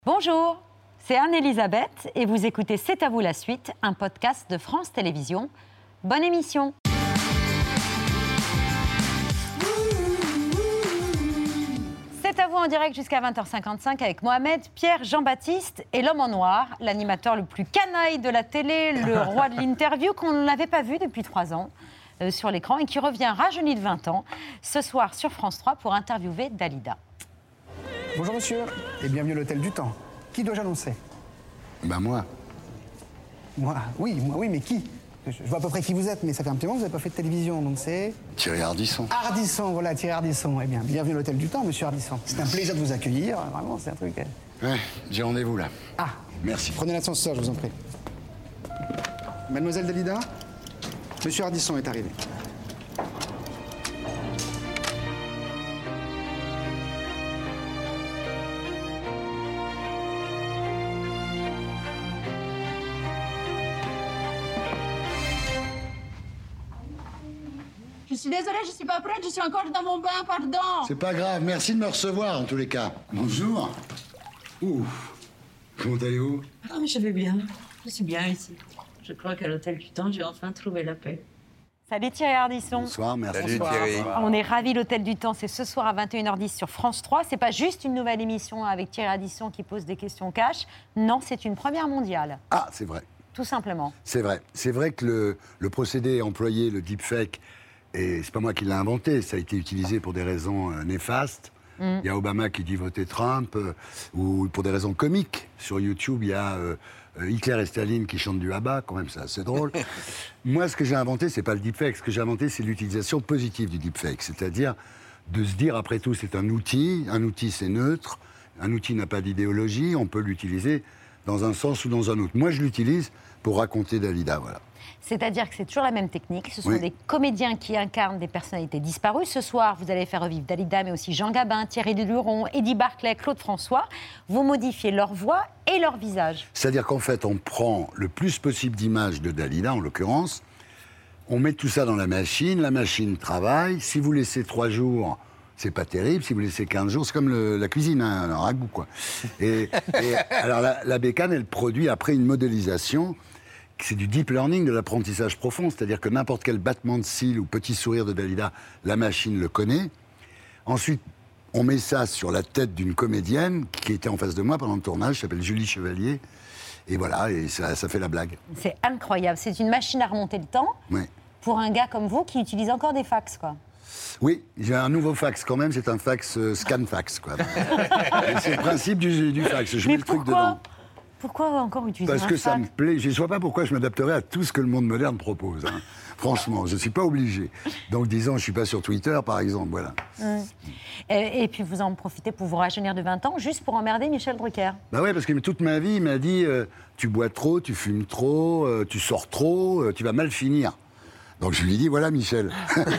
Bonjour, c'est Anne-Elisabeth et vous écoutez C'est à vous la suite, un podcast de France Télévisions. Bonne émission. C'est à vous en direct jusqu'à 20h55 avec Mohamed, Pierre, Jean-Baptiste et l'homme en noir, l'animateur le plus canaille de la télé, le roi de l'interview qu'on n'avait pas vu depuis 3 ans sur l'écran et qui revient rajeuni de 20 ans ce soir sur France 3 pour interviewer Dalida. Bonjour monsieur, et bienvenue à l'Hôtel du Temps. Qui dois-je annoncer ? Moi. Moi, mais qui ? Je vois à peu près qui vous êtes, mais ça fait un petit moment que vous n'avez pas fait de télévision, donc c'est... Thierry Ardisson. Ardisson, voilà, Thierry Ardisson. Eh bien, bienvenue à l'Hôtel du Temps, monsieur Ardisson. C'est un plaisir de vous accueillir, vraiment, c'est un truc... Ouais, j'ai rendez-vous là. Ah, merci. Prenez l'ascenseur, je vous en prie. Mademoiselle Dalida, monsieur Ardisson est arrivé. Je suis désolée, je suis pas prête, je suis encore dans mon bain, pardon. C'est pas grave, merci de me recevoir en tous les cas. Bonjour. Ouh. Comment allez-vous ? Ah, mais je vais bien. Je suis bien ici. Je crois qu'à l'Hôtel du Temps, j'ai enfin trouvé la paix. Salut Thierry Ardisson. Bonsoir, merci. Salut Thierry. On est ravis, l'Hôtel du Temps, c'est ce soir à 21h10 sur France 3. C'est pas juste une nouvelle émission avec Thierry Ardisson qui pose des questions cash. Non, c'est une première mondiale. Ah, c'est vrai. Tout simplement. C'est vrai. C'est vrai que le procédé employé, le deepfake, et c'est pas moi qui l'ai inventé, ça a été utilisé pour des raisons néfastes. Il y a Obama qui dit voter Trump, ou pour des raisons comiques. Sur YouTube, il y a Hitler et Staline qui chantent du Abba, quand même, c'est assez drôle. Moi, ce que j'ai inventé, c'est pas le deepfake. Ce que j'ai inventé, c'est l'utilisation positive du deepfake. C'est-à-dire de se dire, après tout, c'est un outil. Un outil, c'est neutre. Un outil n'a pas d'idéologie. On peut l'utiliser dans un sens ou dans un autre. Moi, je l'utilise pour raconter Dalida, voilà. C'est-à-dire que c'est toujours la même technique. Ce sont Oui. des comédiens qui incarnent des personnalités disparues. Ce soir, vous allez faire revivre Dalida, mais aussi Jean Gabin, Thierry Luron, Eddie Barclay, Claude François. Vous modifiez leur voix et leur visage. C'est-à-dire qu'en fait, on prend le plus possible d'images de Dalida, en l'occurrence, on met tout ça dans la machine travaille. Si vous laissez 3 jours, c'est pas terrible. Si vous laissez 15 jours, c'est comme la cuisine, hein, un ragoût, quoi. Et alors, la bécane, elle produit après une modélisation. C'est du deep learning, de l'apprentissage profond, c'est-à-dire que n'importe quel battement de cils ou petit sourire de Dalida, la machine le connaît. Ensuite, on met ça sur la tête d'une comédienne qui était en face de moi pendant le tournage, qui s'appelle Julie Chevalier. Et voilà, et ça fait la blague. C'est incroyable. C'est une machine à remonter le temps Ouais. pour un gars comme vous qui utilise encore des fax, quoi. Oui, j'ai un nouveau fax quand même, c'est un fax scan-fax, quoi. Et c'est le principe du fax, je mets le truc dedans. Pourquoi encore utiliser Parce un que fax ça me plaît. Je ne vois pas pourquoi je m'adapterais à tout ce que le monde moderne propose. Hein. Franchement, je ne suis pas obligé. Donc, disons, je ne suis pas sur Twitter, par exemple. Voilà. Et puis vous en profitez pour vous rajeunir de 20 ans, juste pour emmerder Michel Drucker. Bah ouais, parce que toute ma vie, il m'a dit tu bois trop, tu fumes trop, tu sors trop, tu vas mal finir. Donc je lui ai dit, voilà Michel,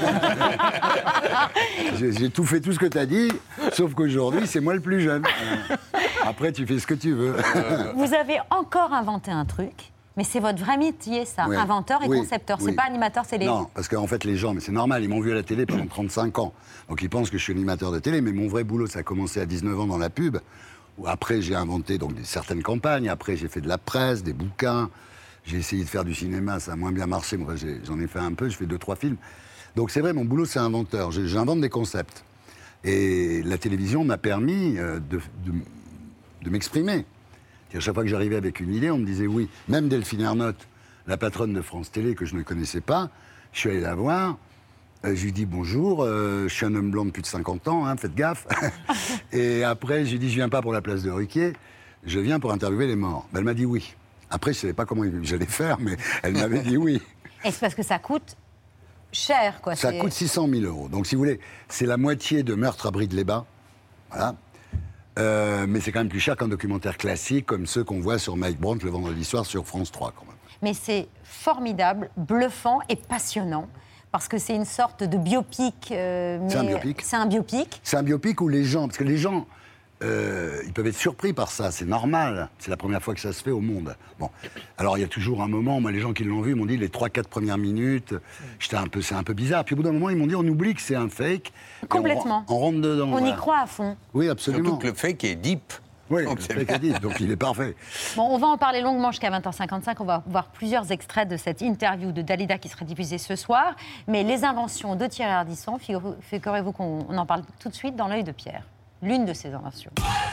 j'ai tout fait tout ce que tu as dit, sauf qu'aujourd'hui, c'est moi le plus jeune. Après, tu fais ce que tu veux. Vous avez encore inventé un truc, mais c'est votre vrai métier, ça, Ouais. inventeur et Oui, concepteur. oui. C'est pas animateur, c'est les... Non, parce qu'en fait, les gens, mais c'est normal, ils m'ont vu à la télé pendant 35 ans. Donc ils pensent que je suis animateur de télé, mais mon vrai boulot, ça a commencé à 19 ans dans la pub. Où après, j'ai inventé donc, certaines campagnes. Après, j'ai fait de la presse, des bouquins. J'ai essayé de faire du cinéma, ça a moins bien marché. Moi, j'en ai fait un peu, je fais 2-3 films. Donc c'est vrai, mon boulot, c'est inventeur. J'invente des concepts. Et la télévision m'a permis de m'exprimer. À chaque fois que j'arrivais avec une idée, on me disait oui. Même Delphine Ernotte, la patronne de France Télé, que je ne connaissais pas, je suis allé la voir. Je lui dis bonjour, je suis un homme blanc de plus de 50 ans, hein, faites gaffe. Et après, je lui dis je viens pas pour la place de Ruquier, je viens pour interviewer les morts. Ben, elle m'a dit oui. Après, je savais pas comment j'allais faire, mais elle m'avait dit oui. Et c'est parce que ça coûte cher, quoi. Ça coûte 600 000 €. Donc, si vous voulez, c'est la moitié de Meurtre à Bride-les-Bains. Voilà. Mais c'est quand même plus cher qu'un documentaire classique comme ceux qu'on voit sur Mike Brandt le vendredi soir sur France 3, quand même. Mais c'est formidable, bluffant et passionnant. Parce que c'est une sorte de biopic. C'est un biopic. C'est un biopic. C'est un biopic où les gens... Parce que les gens, ils peuvent être surpris par ça, c'est normal. C'est la première fois que ça se fait au monde. Bon, alors il y a toujours un moment, moi les gens qui l'ont vu m'ont dit les 3-4 premières minutes, c'est un peu bizarre. Puis au bout d'un moment, ils m'ont dit on oublie que c'est un fake. Complètement. On rentre dedans. On voilà. y croit à fond. Oui, absolument. Surtout que le fake est deep. Oui, Donc, c'est bien dit, donc il est parfait. Bon, on va en parler longuement jusqu'à 20h55. On va voir plusieurs extraits de cette interview de Dalida qui sera diffusée ce soir. Mais les inventions de Thierry Ardisson, figurez-vous qu'on en parle tout de suite dans l'œil de Pierre. L'une de ses inventions.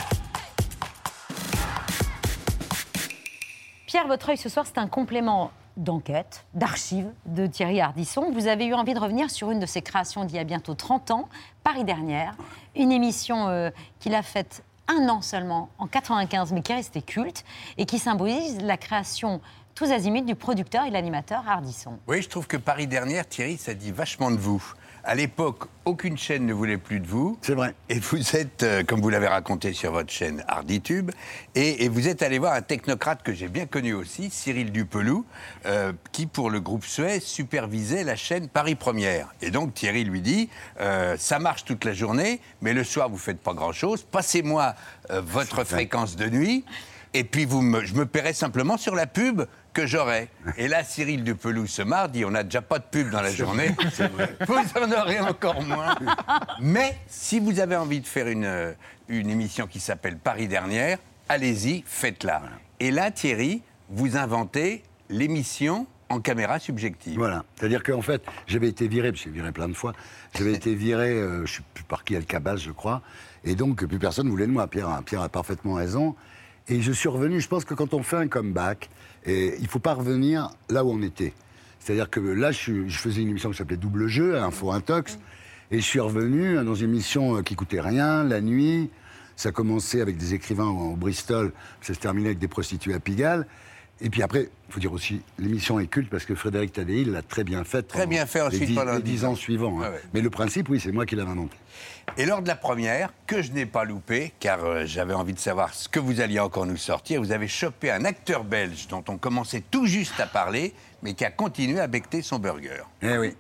Pierre, votre œil ce soir, c'est un complément d'enquête, d'archives de Thierry Ardisson. Vous avez eu envie de revenir sur une de ses créations d'il y a bientôt 30 ans, Paris Dernière, une émission qu'il a faite un an seulement, en 95, mais qui est restée culte, et qui symbolise la création tous azimuts du producteur et l'animateur Ardisson. Oui, je trouve que Paris Dernière, Thierry, ça dit vachement de vous. À l'époque, aucune chaîne ne voulait plus de vous. C'est vrai. Et vous êtes, comme vous l'avez raconté sur votre chaîne Harditube, et vous êtes allé voir un technocrate que j'ai bien connu aussi, Cyril Dupelou, qui, pour le groupe Suez, supervisait la chaîne Paris Première. Et donc, Thierry lui dit, ça marche toute la journée, mais le soir, vous ne faites pas grand-chose. Passez-moi votre fréquence de nuit, et puis je me paierai simplement sur la pub que j'aurai. Et là, Cyril Dupelou se marre, dit, on n'a déjà pas de pub dans la journée, vous en aurez encore moins. Mais si vous avez envie de faire une émission qui s'appelle Paris Dernière, allez-y, faites-la. Et là, Thierry, vous inventez l'émission en caméra subjective. Voilà, c'est-à-dire qu'en fait, j'avais été viré, parce que j'ai viré plein de fois, j'avais été viré, je ne sais plus par qui, Alcabas, je crois, et donc plus personne ne voulait de moi. Pierre a parfaitement raison. Et je suis revenu, je pense que quand on fait un comeback, il ne faut pas revenir là où on était. C'est-à-dire que là, je faisais une émission qui s'appelait Double Jeu, Info Intox, et je suis revenu dans une émission qui coûtait rien, la nuit. Ça commençait avec des écrivains au Bristol, ça se terminait avec des prostituées à Pigalle. Et puis après, il faut dire aussi, l'émission est culte parce que Frédéric Tadei l'a très bien faite. Très bien fait ensuite pendant les 10 ans suivants. Hein. Ouais. Mais le principe, oui, c'est moi qui l'avais inventé. Et lors de la première, que je n'ai pas loupé, car j'avais envie de savoir ce que vous alliez encore nous sortir, vous avez chopé un acteur belge dont on commençait tout juste à parler, mais qui a continué à becqueter son burger. Eh oui.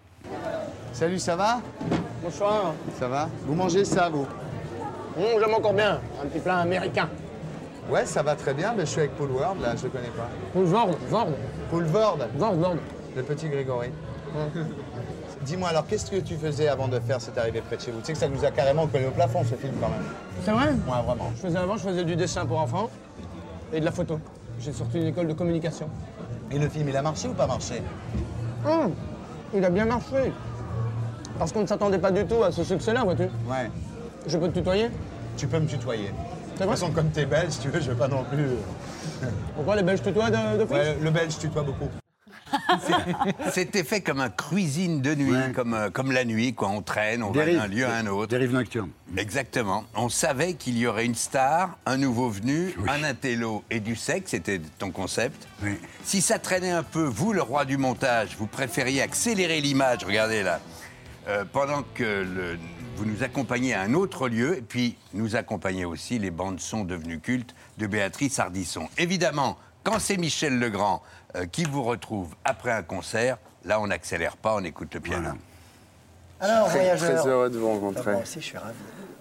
Salut, ça va? Bonsoir. Ça va? Vous mangez ça, vous? J'aime encore bien. Un petit plat américain. Ouais, ça va très bien, mais je suis avec Paul Ward, là, je le connais pas. Vord. Paul Ward, Vord. le petit Grégory. Dis-moi, alors, qu'est-ce que tu faisais avant de faire cette arrivée près de chez vous? Tu sais que ça nous a carrément collé au plafond, ce film, quand même. C'est vrai? Ouais, vraiment. Je faisais du dessin pour enfants et de la photo. J'ai sorti une école de communication. Et le film, il a marché ou pas marché? Il a bien marché. Parce qu'on ne s'attendait pas du tout à ce succès-là, vois-tu. Ouais. Je peux te tutoyer? Tu peux me tutoyer. De C'est toute vrai? façon, comme t'es belge, si tu veux, je veux pas non plus... Pourquoi les Belges tutoient de plus? Ouais, le belge tutoie beaucoup. C'était fait comme un cuisine de nuit, Ouais. comme la nuit, quoi. On traîne, on va d'un lieu à un autre. Dérive nocturne. Exactement. On savait qu'il y aurait une star, un nouveau venu, un intello et du sexe, c'était ton concept. Oui. Si ça traînait un peu, vous, le roi du montage, vous préfériez accélérer l'image, regardez là, pendant que vous nous accompagnez à un autre lieu, et puis nous accompagnez aussi les bandes-sons devenues cultes de Béatrice Ardisson. Évidemment, quand c'est Michel Legrand qui vous retrouve après un concert, là on n'accélère pas, on écoute le piano. Voilà. Alors, voyageurs. Très heureux de vous rencontrer. Moi aussi, je suis ravi.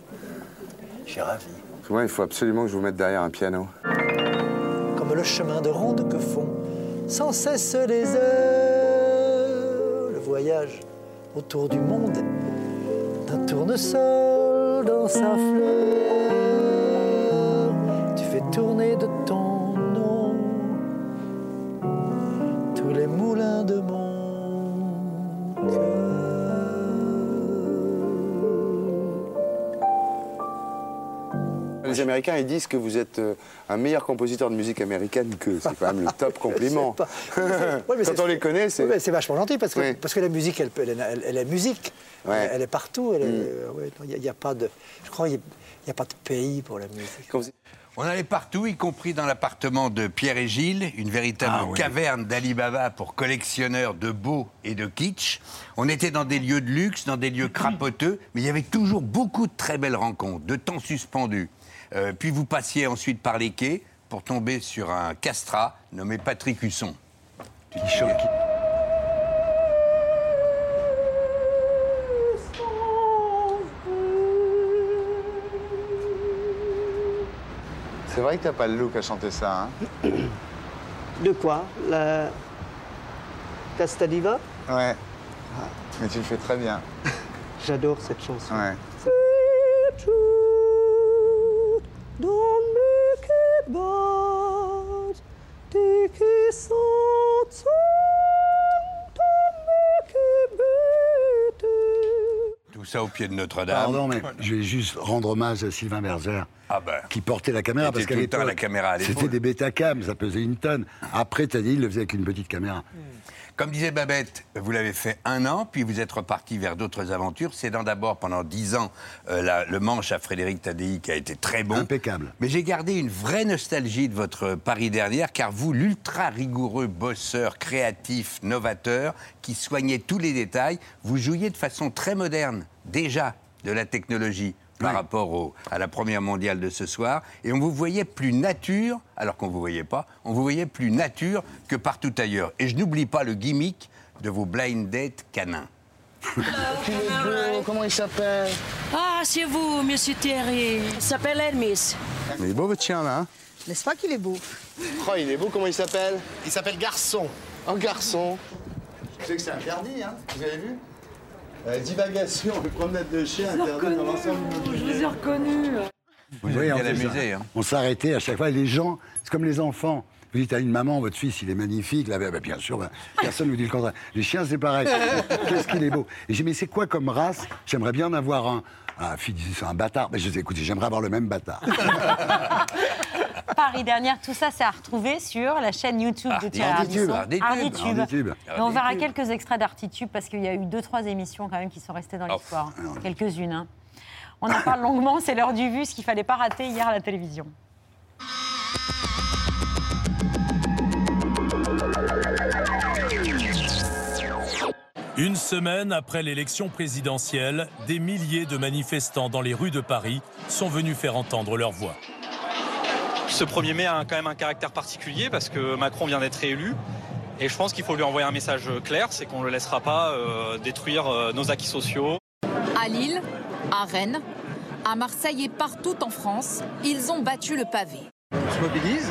Je suis ravi. Moi, il faut absolument que je vous mette derrière un piano. Comme le chemin de ronde que font sans cesse les heures. Le voyage autour du monde d'un tournesol dans sa fleur. Tu fais tourner de ton nom tous les moulins de mon cœur. Les Américains, ils disent que vous êtes un meilleur compositeur de musique américaine qu'eux. C'est quand même le top compliment. Ouais, mais Quand on les connaît, c'est... Oui, mais c'est vachement gentil parce que, Oui. parce que la musique, elle est musique. Ouais. Elle est partout. Il n'y a pas de, je crois, il n'y a pas de pays pour la musique. Quand vous- On allait partout, y compris dans l'appartement de Pierre et Gilles, une véritable caverne d'Ali Baba pour collectionneurs de beau et de kitsch. On était dans des lieux de luxe, dans des lieux crapoteux, mais il y avait toujours beaucoup de très belles rencontres, de temps suspendus. Puis vous passiez ensuite par les quais pour tomber sur un castrat nommé Patrick Husson. C'est vrai que t'as pas le look à chanter ça, hein? De quoi? La Castadiva? Ouais. Mais tu le fais très bien. J'adore cette chanson. Ouais. Dans mes ça au pied de Notre-Dame. Pardon, mais je vais juste rendre hommage à Sylvain Berger, qui portait la caméra. Parce Tout le temps la caméra à l'épaule. C'était des Betacam, ça pesait 1 tonne. Après, t'as dit, il le faisait avec une petite caméra. Comme disait Babette, vous l'avez fait 1 an, puis vous êtes reparti vers d'autres aventures, cédant d'abord pendant 10 ans le manche à Frédéric Tadei, qui a été très bon. Impeccable. Mais j'ai gardé une vraie nostalgie de votre Paris dernière, car vous, l'ultra rigoureux bosseur, créatif, novateur, qui soignait tous les détails, vous jouiez de façon très moderne, déjà, de la technologie. Par rapport à la première mondiale de ce soir. Et on vous voyait plus nature, alors qu'on ne vous voyait pas, on vous voyait plus nature que partout ailleurs. Et je n'oublie pas le gimmick de vos blind dates canins. Comment il s'appelle? Ah, c'est vous, monsieur Thierry. Il s'appelle Hermès. Il est beau votre chien, là, hein? N'est-ce pas qu'il est beau? Oh, il est beau, comment il s'appelle? Il s'appelle Garçon. Un garçon. Tu sais que c'est interdit, hein? Vous avez vu? Divagation, les promenades de chiens interdites dans l'ensemble du Je vous ai reconnu. Vous voyez, bien amusé, hein. On s'arrêtait à chaque fois. Et les gens, c'est comme les enfants. Vous dites à une maman, votre fils, il est magnifique. Là, bien sûr, personne ne vous dit le contraire. Les chiens, c'est pareil. Qu'est-ce qu'il est beau. Et j'ai dit, mais c'est quoi comme race? J'aimerais bien en avoir un. Un fils, c'est un bâtard. Mais je dis, écoutez, j'aimerais avoir le même bâtard. Paris dernière, tout ça, c'est à retrouver sur la chaîne YouTube de Thierry Ardisson. Arditube. Et on verra quelques extraits d'Arditube parce qu'il y a eu 2-3 émissions quand même qui sont restées dans l'histoire. Quelques-unes. Hein. On en parle longuement, c'est l'heure du vu, ce qu'il ne fallait pas rater hier à la télévision. Une semaine après l'élection présidentielle, des milliers de manifestants dans les rues de Paris sont venus faire entendre leur voix. Ce 1er mai a quand même un caractère particulier parce que Macron vient d'être réélu. Et je pense qu'il faut lui envoyer un message clair, c'est qu'on ne le laissera pas détruire nos acquis sociaux. À Lille, à Rennes, à Marseille et partout en France, ils ont battu le pavé. On se mobilise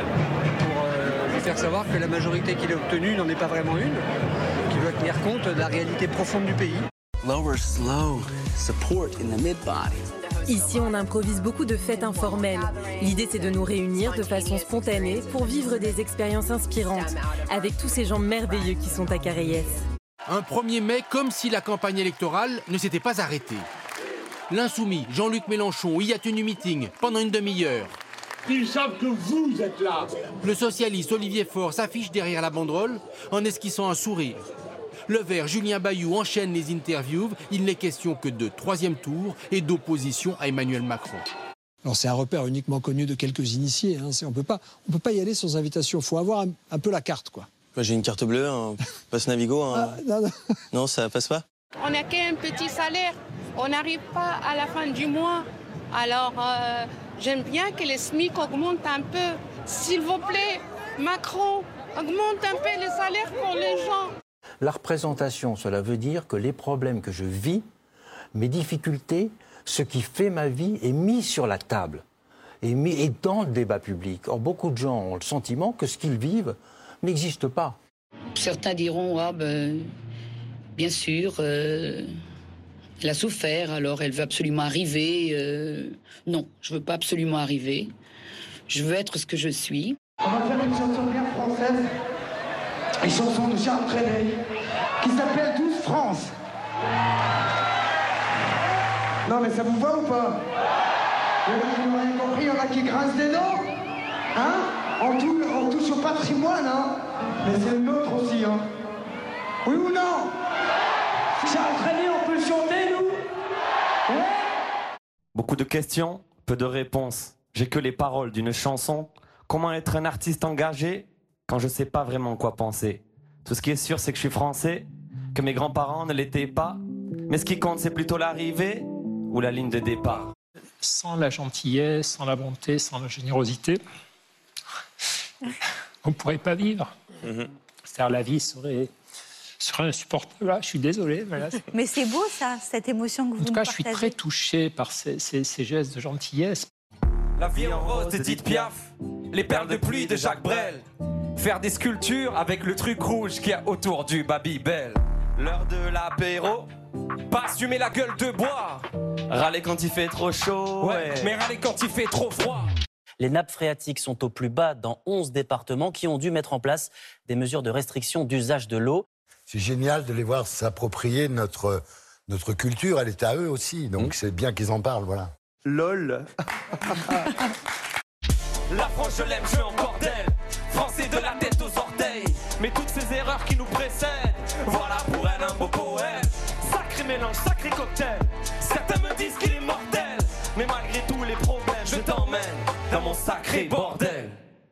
pour lui faire savoir que la majorité qu'il a obtenue n'en est pas vraiment une, qu'il doit tenir compte de la réalité profonde du pays. Lower slow, support in the mid-body. Ici, on improvise beaucoup de fêtes informelles. L'idée, c'est de nous réunir de façon spontanée pour vivre des expériences inspirantes avec tous ces gens merveilleux qui sont à Carayès. Un 1er mai comme si la campagne électorale ne s'était pas arrêtée. L'insoumis Jean-Luc Mélenchon y a tenu meeting pendant une demi-heure. Ils savent que vous êtes là. Le socialiste Olivier Faure s'affiche derrière la banderole en esquissant un sourire. Le Vert Julien Bayou enchaîne les interviews. Il n'est question que de 3e tour et d'opposition à Emmanuel Macron. Alors c'est un repère uniquement connu de quelques initiés. Hein. On peut pas y aller sans invitation. Il faut avoir un peu la carte, quoi. Moi, j'ai une carte bleue, un passe Navigo. Non, ça passe pas. On n'a qu'un petit salaire. On n'arrive pas à la fin du mois. Alors, j'aime bien que les SMIC augmentent un peu. S'il vous plaît, Macron, augmente un peu les salaires pour les gens. La représentation, cela veut dire que les problèmes que je vis, mes difficultés, ce qui fait ma vie est mis sur la table et dans le débat public. Or, beaucoup de gens ont le sentiment que ce qu'ils vivent n'existe pas. Certains diront, bien sûr, elle a souffert, alors elle veut absolument arriver. Non, je ne veux pas absolument arriver. Je veux être ce que je suis. On va faire une chanson bien française, une chanson de Charles Trenet, qui s'appelle 12 France. Non mais ça vous va ou pas? Vous m'avez compris, il y en a qui grincent des dents. Hein? On touche au patrimoine, hein? Mais c'est le nôtre aussi, hein? Oui ou non? Charles Trenet, on peut le chanter, nous? Ouais? Beaucoup de questions, peu de réponses. J'ai que les paroles d'une chanson. Comment être un artiste engagé quand je sais pas vraiment quoi penser? Tout ce qui est sûr, c'est que je suis français, que mes grands-parents ne l'étaient pas. Mais ce qui compte, c'est plutôt l'arrivée ou la ligne de départ. Sans la gentillesse, sans la bonté, sans la générosité, on ne pourrait pas vivre. C'est-à-dire la vie serait insupportable. Je suis désolé. Mais c'est beau ça, cette émotion que vous nous partagez. En tout cas, je suis très touché par ces gestes de gentillesse. La vie en rose d'Edith Piaf, les perles de pluie de Jacques Brel, faire des sculptures avec le truc rouge qu'il y a autour du Babybel. L'heure de l'apéro, pas assumer la gueule de bois, râler quand il fait trop chaud, mais râler quand il fait trop froid. Les nappes phréatiques sont au plus bas dans 11 départements qui ont dû mettre en place des mesures de restriction d'usage de l'eau. C'est génial de les voir s'approprier notre Notre culture, elle est à eux aussi, donc c'est bien qu'ils en parlent, voilà. LOL. La France, je l'aime, je veux encore d'elle. Français de la tête aux orteils. Mais toutes ces erreurs qui nous précèdent, voilà pour elle un beau poème. Sacré mélange, sacré cocktail. Certains me disent qu'il est mortel. Mais malgré tous les problèmes, je t'emmène dans mon sacré bordel.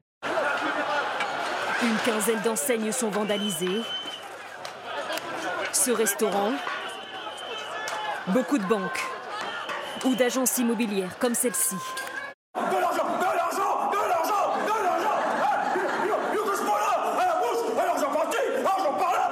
Une quinzaine d'enseignes sont vandalisées. Ce restaurant, beaucoup de banques ou d'agences immobilières comme celle-ci. De l'argent, de l'argent, de l'argent, de l'argent. Ne touche pas là, à la bouche, l'argent par-ci, l'argent par-là,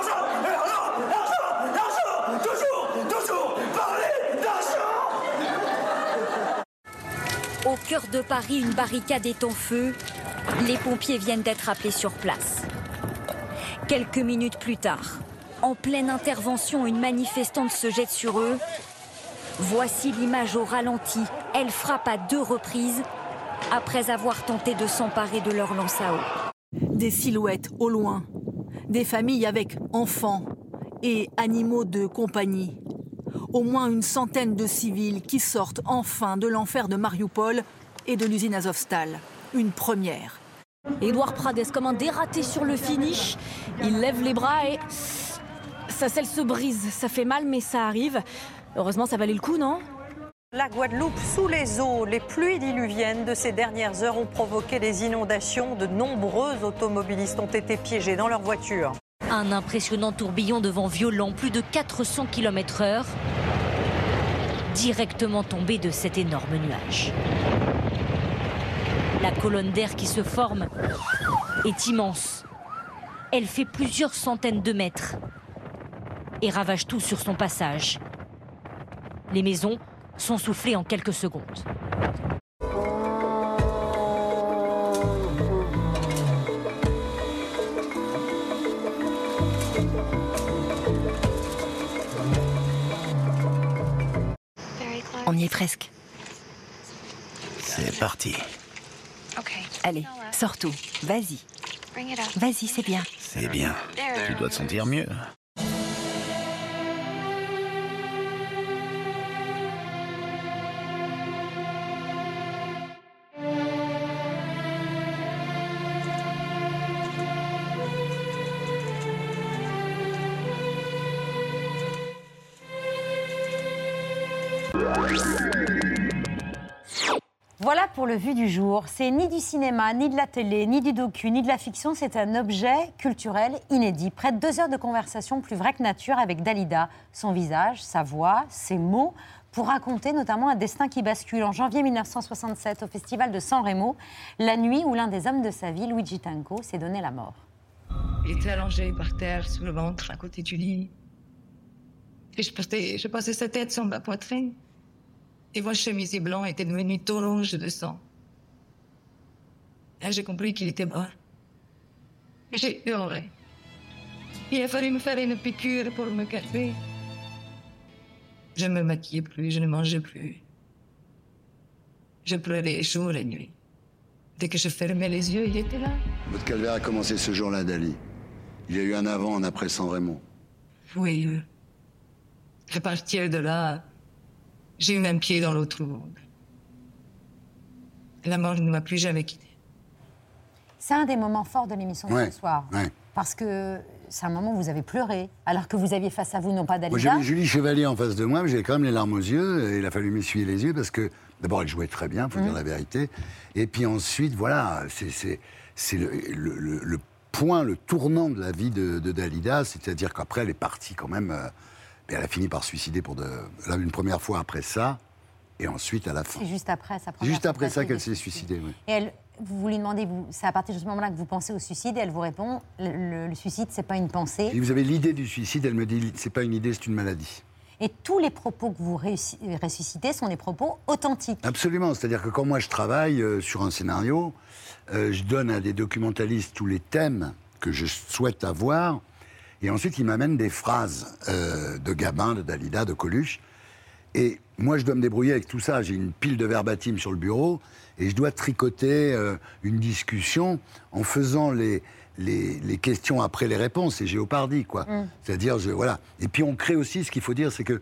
l'argent, toujours parler d'argent. Au cœur de Paris, une barricade est en feu. Les pompiers viennent d'être appelés sur place. Quelques minutes plus tard, en pleine intervention, une manifestante se jette sur eux. Voici l'image au ralenti. Elle frappe à 2 reprises après avoir tenté de s'emparer de leur lance à eau. Des silhouettes au loin, des familles avec enfants et animaux de compagnie. Au moins une centaine de civils qui sortent enfin de l'enfer de Mariupol et de l'usine Azovstal. Une première. Édouard Prades comme un dératé sur le finish. Il lève les bras et sa selle se brise. Ça fait mal mais ça arrive. Heureusement ça valait le coup, non ? La Guadeloupe sous les eaux. Les pluies diluviennes de ces dernières heures ont provoqué des inondations. De nombreux automobilistes ont été piégés dans leur voiture. Un impressionnant tourbillon de vent violent, plus de 400 km/h, directement tombé de cet énorme nuage. La colonne d'air qui se forme est immense. Elle fait plusieurs centaines de mètres et ravage tout sur son passage. Les maisons sont soufflées en quelques secondes. On y est presque. C'est parti. Allez, sors tout. Vas-y. Vas-y, c'est bien. C'est bien. Tu dois te sentir mieux. Voilà pour le Vu du jour. C'est ni du cinéma, ni de la télé, ni du docu, ni de la fiction. C'est un objet culturel inédit. Près de 2 heures de conversation plus vraie que nature avec Dalida. Son visage, sa voix, ses mots, pour raconter notamment un destin qui bascule. En janvier 1967, au festival de San Remo, la nuit où l'un des hommes de sa vie, Luigi Tenco, s'est donné la mort. Il était allongé par terre, sur le ventre, à côté du lit. Et je passais sa tête sur ma poitrine. Et mon chemisier blanc était devenu tout rouge de sang. Là, j'ai compris qu'il était mort. J'ai hurlé. Il a fallu me faire une piqûre pour me calmer. Je ne me maquillais plus, je ne mangeais plus. Je pleurais jour et nuit. Dès que je fermais les yeux, il était là. Votre calvaire a commencé ce jour-là, Dali. Il y a eu un avant, un après San Remo. Oui. À partir de là, j'ai eu un pied dans l'autre monde. La mort ne m'a plus jamais quitté. C'est un des moments forts de l'émission de ce soir. Ouais. Parce que c'est un moment où vous avez pleuré, alors que vous aviez face à vous non pas Dalida. Moi, j'avais Julie Chevalier en face de moi, mais j'avais quand même les larmes aux yeux. Et il a fallu m'essuyer les yeux parce que, d'abord, elle jouait très bien, il faut dire la vérité. Et puis ensuite, voilà, c'est le point, le tournant de la vie de Dalida. C'est-à-dire qu'après, elle est partie quand même... elle a fini par se suicider une première fois après ça, et ensuite à la fin. C'est juste après sa première Juste après ça qu'elle s'est suicidée, oui. Et elle, vous lui demandez, c'est à partir de ce moment-là que vous pensez au suicide, et elle vous répond, le suicide, c'est pas une pensée. Et vous avez l'idée du suicide, elle me dit, c'est pas une idée, c'est une maladie. Et tous les propos que vous ressuscitez sont des propos authentiques. Absolument, c'est-à-dire que quand moi je travaille sur un scénario, je donne à des documentalistes tous les thèmes que je souhaite avoir, et ensuite, ils m'amènent des phrases de Gabin, de Dalida, de Coluche. Et moi, je dois me débrouiller avec tout ça. J'ai une pile de verbatim sur le bureau et je dois tricoter une discussion en faisant les questions après les réponses, c'est Géopardy, quoi. C'est-à-dire, voilà. Et puis on crée aussi, ce qu'il faut dire, c'est que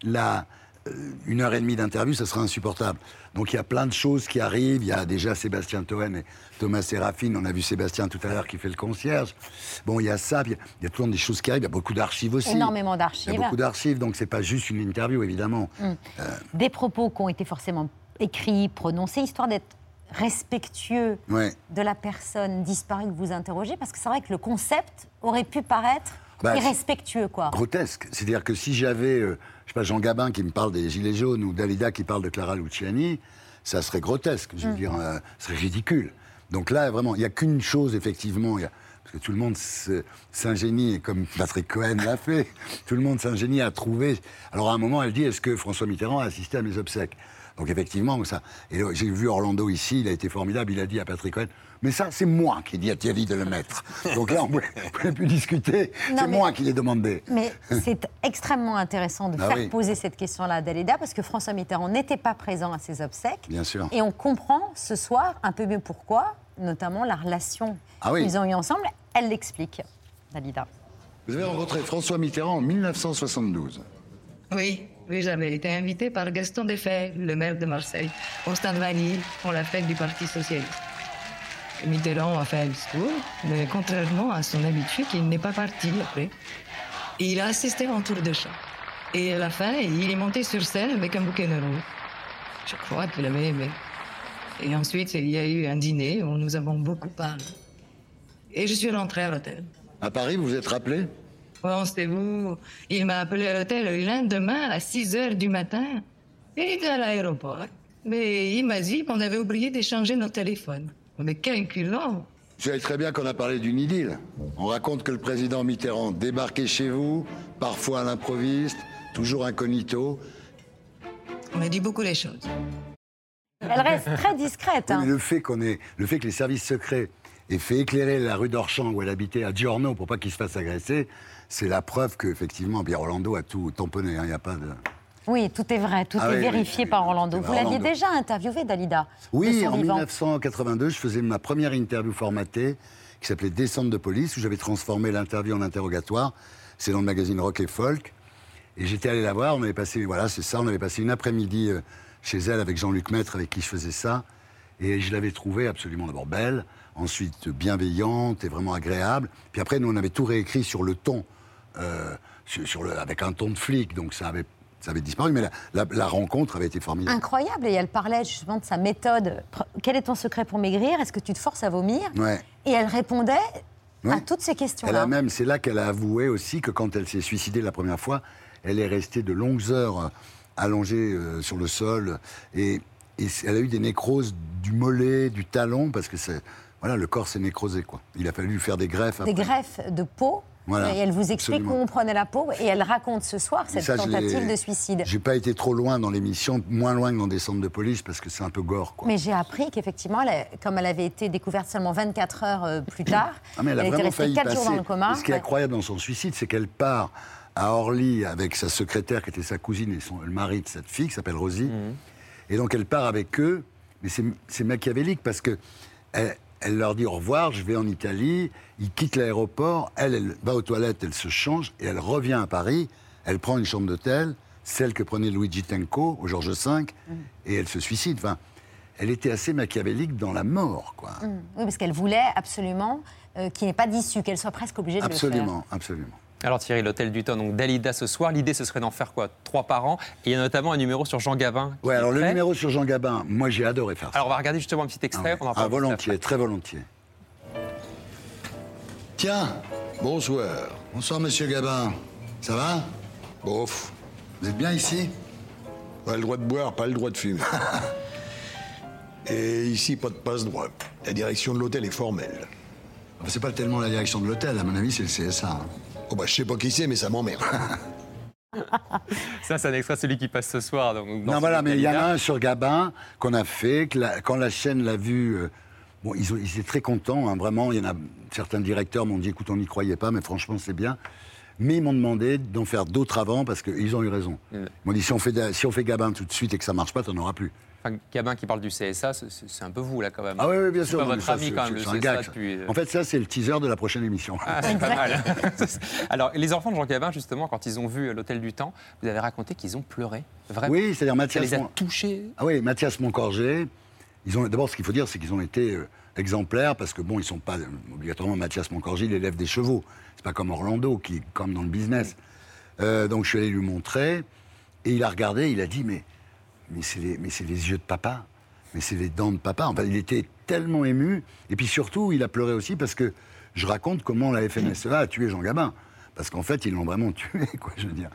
1h30 d'interview, ça sera insupportable. Donc il y a plein de choses qui arrivent. Il y a déjà Sébastien Toen et Thomas Séraphine. On a vu Sébastien tout à l'heure qui fait le concierge. Bon, il y a ça, il y a toujours des choses qui arrivent. Il y a beaucoup d'archives aussi. Énormément d'archives. Il y a beaucoup d'archives, donc c'est pas juste une interview, évidemment. Des propos qui ont été forcément écrits, prononcés, histoire d'être respectueux de la personne disparue que vous interrogez, parce que c'est vrai que le concept aurait pu paraître irrespectueux, quoi. Grotesque. C'est-à-dire que si j'avais, je sais pas, Jean Gabin qui me parle des Gilets jaunes ou Dalida qui parle de Clara Luciani, ça serait grotesque. Je veux dire, ce serait ridicule. Donc là, vraiment, il n'y a qu'une chose, effectivement, parce que tout le monde s'ingénie, comme Patrick Cohen l'a fait, tout le monde s'ingénie à trouver. Alors à un moment, elle dit, est-ce que François Mitterrand a assisté à mes obsèques ? Donc effectivement, ça. Et j'ai vu Orlando ici, il a été formidable, il a dit à Patrick Cohen, mais ça, c'est moi qui ai dit à Thierry de le mettre. Donc là, on ne pouvait plus discuter, moi qui l'ai demandé. Mais c'est extrêmement intéressant de faire poser cette question-là à Dalida, parce que François Mitterrand n'était pas présent à ses obsèques. Bien sûr. Et on comprend ce soir un peu mieux pourquoi, notamment la relation qu'ils ont eue ensemble. Elle l'explique, Dalida. Vous avez rencontré François Mitterrand en 1972. Oui, j'avais été invitée par Gaston Defferre, le maire de Marseille, au Stade Vanille, pour la fête du Parti socialiste. Mitterrand a fait un discours, mais contrairement à son habitude, il n'est pas parti après. Et il a assisté à un tour de chant. Et à la fin, il est monté sur scène avec un bouquet de roses. Je crois qu'il avait aimé. Et ensuite, il y a eu un dîner où nous avons beaucoup parlé. Et je suis rentrée à l'hôtel. À Paris, vous vous êtes rappelé ? Pensez-vous, il m'a appelé à l'hôtel le lendemain à 6h du matin. Il était à l'aéroport. Mais il m'a dit qu'on avait oublié d'échanger nos téléphones. Mais quel culot! Vous savez très bien qu'on a parlé d'une idylle. On raconte que le président Mitterrand débarquait chez vous, parfois à l'improviste, toujours incognito. On m'a dit beaucoup les choses. Elle reste très discrète. Mais le fait que les services secrets aient fait éclairer la rue d'Orchamps où elle habitait à Giorno pour pas qu'il se fasse agresser, c'est la preuve qu'effectivement, bien Orlando a tout tamponné. Il n'y a pas de... Oui, tout est vrai, tout est vérifié par Orlando. Vous l'aviez déjà interviewé, Dalida? Oui, en 1982, je faisais ma première interview formatée qui s'appelait Descente de police, où j'avais transformé l'interview en interrogatoire. C'est dans le magazine Rock et Folk. Et j'étais allé la voir, on avait passé une après-midi chez elle avec Jean-Luc Maître, avec qui je faisais ça. Et je l'avais trouvée absolument d'abord belle, ensuite bienveillante et vraiment agréable. Puis après, nous, on avait tout réécrit sur le ton, avec un ton de flic, donc ça avait disparu, mais la rencontre avait été formidable. Incroyable, et elle parlait justement de sa méthode. Quel est ton secret pour maigrir? Est-ce que tu te forces à vomir? Et elle répondait à toutes ces questions-là. C'est là qu'elle a avoué aussi que quand elle s'est suicidée la première fois, elle est restée de longues heures allongée sur le sol, et elle a eu des nécroses du mollet, du talon, parce que le corps s'est nécrosé, quoi. Il a fallu faire des greffes. Des greffes de peau. Voilà, et elle vous explique où on prenait la peau, et elle raconte ce soir cette tentative de suicide. J'ai pas été trop loin dans l'émission, moins loin que dans des centres de police, parce que c'est un peu gore, quoi. Mais j'ai appris qu'effectivement, comme elle avait été découverte seulement 24 heures plus tard, elle était restée 4 jours dans le coma. Et ce qui est incroyable dans son suicide, c'est qu'elle part à Orly avec sa secrétaire, qui était sa cousine, et le mari de cette fille, qui s'appelle Rosie. Et donc elle part avec eux, mais c'est machiavélique, parce que... Elle leur dit au revoir, je vais en Italie, ils quittent l'aéroport, elle va aux toilettes, elle se change, et elle revient à Paris, elle prend une chambre d'hôtel, celle que prenait Luigi Tenco, au Georges V, et elle se suicide. Enfin, elle était assez machiavélique dans la mort, quoi. Oui, parce qu'elle voulait absolument qu'il n'y ait pas d'issue, qu'elle soit presque obligée de le faire. Absolument. Alors Thierry, l'hôtel du temps, donc Dalida ce soir, l'idée ce serait d'en faire quoi? 3 par an, et il y a notamment un numéro sur Jean Gabin. Oui, alors le numéro sur Jean Gabin, moi j'ai adoré faire ça. Alors on va regarder justement un petit extrait. Volontiers, très volontiers. Tiens, bonsoir. Bonsoir monsieur Gabin. Ça va? Bof. Vous êtes bien ici? Pas le droit de boire, pas le droit de fumer. Et ici, pas de passe-droit. La direction de l'hôtel est formelle. C'est pas tellement la direction de l'hôtel, à mon avis, c'est le CSA. Oh bah je sais pas qui c'est, mais ça m'emmerde. Ça, c'est un extrait, celui qui passe ce soir. Donc, non, voilà, mais il y en a un sur Gabin qu'on a fait, quand la chaîne l'a vu, ils étaient très contents, hein, vraiment. Il y en a certains directeurs m'ont dit, écoute, on n'y croyait pas, mais franchement, c'est bien. Mais ils m'ont demandé d'en faire d'autres avant, parce qu'ils ont eu raison. Ils m'ont dit, si on fait Gabin tout de suite et que ça marche pas, t'en auras plus. Enfin, Gabin qui parle du CSA, c'est un peu vous, là, quand même. Ah oui, bien sûr. C'est pas votre ami, quand même, le CSA, depuis... En fait, ça, c'est le teaser de la prochaine émission. Ah, c'est pas mal. Alors, les enfants de Jean Gabin, justement, quand ils ont vu l'Hôtel du Temps, vous avez raconté qu'ils ont pleuré, vraiment. Oui, c'est-à-dire Mathias... Ça les a touchés. Ah oui, Mathias Moncorgé, d'abord, ce qu'il faut dire, c'est qu'ils ont été exemplaires, parce que, bon, ils ne sont pas obligatoirement Mathias Moncorgé, il élève des chevaux. C'est pas comme Orlando, qui est comme dans le business. Donc, je suis allé lui montrer, et il a regardé, il a dit, mais c'est les yeux de papa, mais c'est les dents de papa. Enfin, il était tellement ému, et puis surtout, il a pleuré aussi, parce que je raconte comment la FNSEA a tué Jean Gabin. Parce qu'en fait, ils l'ont vraiment tué, quoi, je veux dire.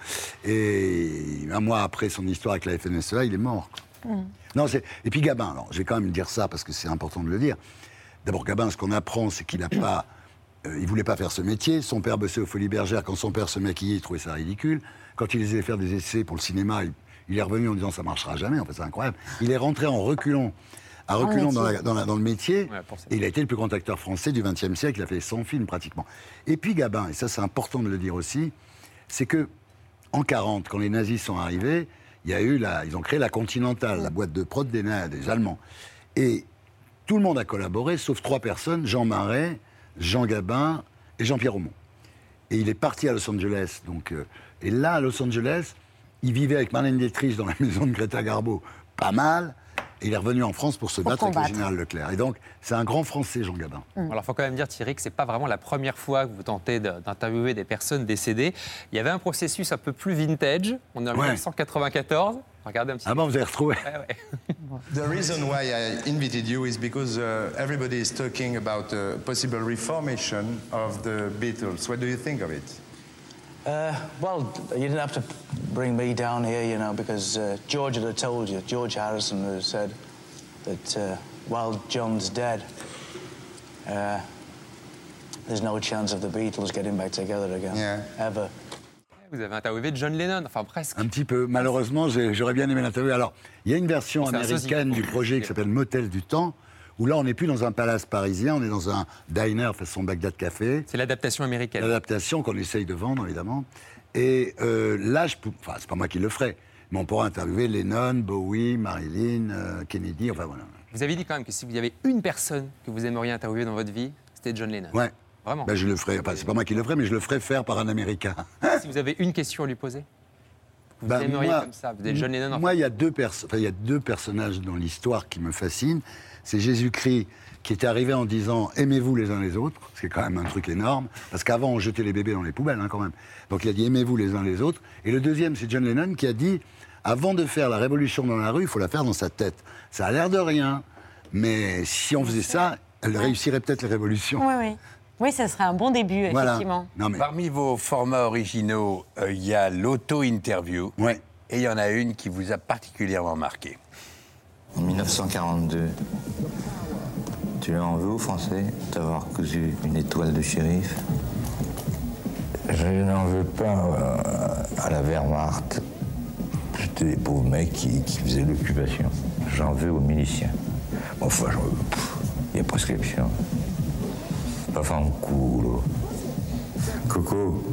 Et un mois après son histoire avec la FNSEA, il est mort. Non, et puis Gabin, alors, je vais quand même dire ça, parce que c'est important de le dire. D'abord, Gabin, ce qu'on apprend, c'est qu'il n'a pas... il voulait pas faire ce métier. Son père bossait aux Folies Bergères. Quand son père se maquillait, il trouvait ça ridicule. Quand il les allait faire des essais pour le cinéma, il est revenu en disant ça marchera jamais. En fait, c'est incroyable. Il est rentré en reculant, dans le métier. Ouais, et il a été le plus grand acteur français du XXe siècle. Il a fait 100 films pratiquement. Et puis Gabin, et ça c'est important de le dire aussi, c'est que en 1940, quand les nazis sont arrivés, ils ont créé la Continentale, la boîte de prod des Allemands. Et tout le monde a collaboré, sauf 3 personnes, Jean Marais, Jean Gabin et Jean-Pierre Aumont. Et il est parti à Los Angeles. Et là, à Los Angeles, il vivait avec Marlène Dietrich dans la maison de Greta Garbo, pas mal. Et il est revenu en France pour se battre avec le général Leclerc. Et donc, c'est un grand Français, Jean Gabin. Alors, il faut quand même dire, Thierry, que ce n'est pas vraiment la première fois que vous tentez d'interviewer des personnes décédées. Il y avait un processus un peu plus vintage. On est en 1994. Regardez un petit peu. Ah bon, vous avez retrouvé. The reason why I invited you is because everybody is talking about a possible reformation of the Beatles. What do you think of it? Well, you didn't have to bring me down here, you know, because George had told you. George Harrison had said that while John's dead, there's no chance of the Beatles getting back together again, ever. Vous avez interviewé John Lennon, enfin presque. Un petit peu. Malheureusement, j'aurais bien aimé l'interviewer. Alors, il y a une version américaine du projet qui s'appelle Motel du Temps, où là, on n'est plus dans un palace parisien, on est dans un diner façon Bagdad Café. C'est l'adaptation américaine. L'adaptation qu'on essaye de vendre, évidemment. Et là, c'est pas moi qui le ferai, mais on pourra interviewer Lennon, Bowie, Marilyn, Kennedy, enfin voilà. Vous avez dit quand même que si vous y avait une personne que vous aimeriez interviewer dans votre vie, c'était John Lennon. Ouais. Vraiment. Ben, je le ferai, enfin, c'est pas moi qui le ferai, mais je le ferai faire par un Américain. Si vous avez une question à lui poser, vous aimeriez comme ça, vous êtes John Lennon. Moi, il y a deux personnages dans l'histoire qui me fascinent. C'est Jésus-Christ qui était arrivé en disant « aimez-vous les uns les autres », ce qui est quand même un truc énorme, parce qu'avant, on jetait les bébés dans les poubelles, hein, quand même. Donc il a dit « aimez-vous les uns les autres ». Et le deuxième, c'est John Lennon qui a dit « avant de faire la révolution dans la rue, il faut la faire dans sa tête ». Ça a l'air de rien, mais si on faisait ça, elle réussirait peut-être les révolutions. Oui, oui. Oui, ça serait un bon début, effectivement. Non, mais... Parmi vos formats originaux, il y a l'auto-interview. Ouais. Et il y en a une qui vous a particulièrement marqué. En 1942, tu en veux aux Français d'avoir cousu une étoile de shérif? Je n'en veux pas à la Wehrmacht. C'était des pauvres mecs qui faisaient l'occupation. J'en veux aux miliciens. Enfin, il y a prescription. Pas fanculo. Coco.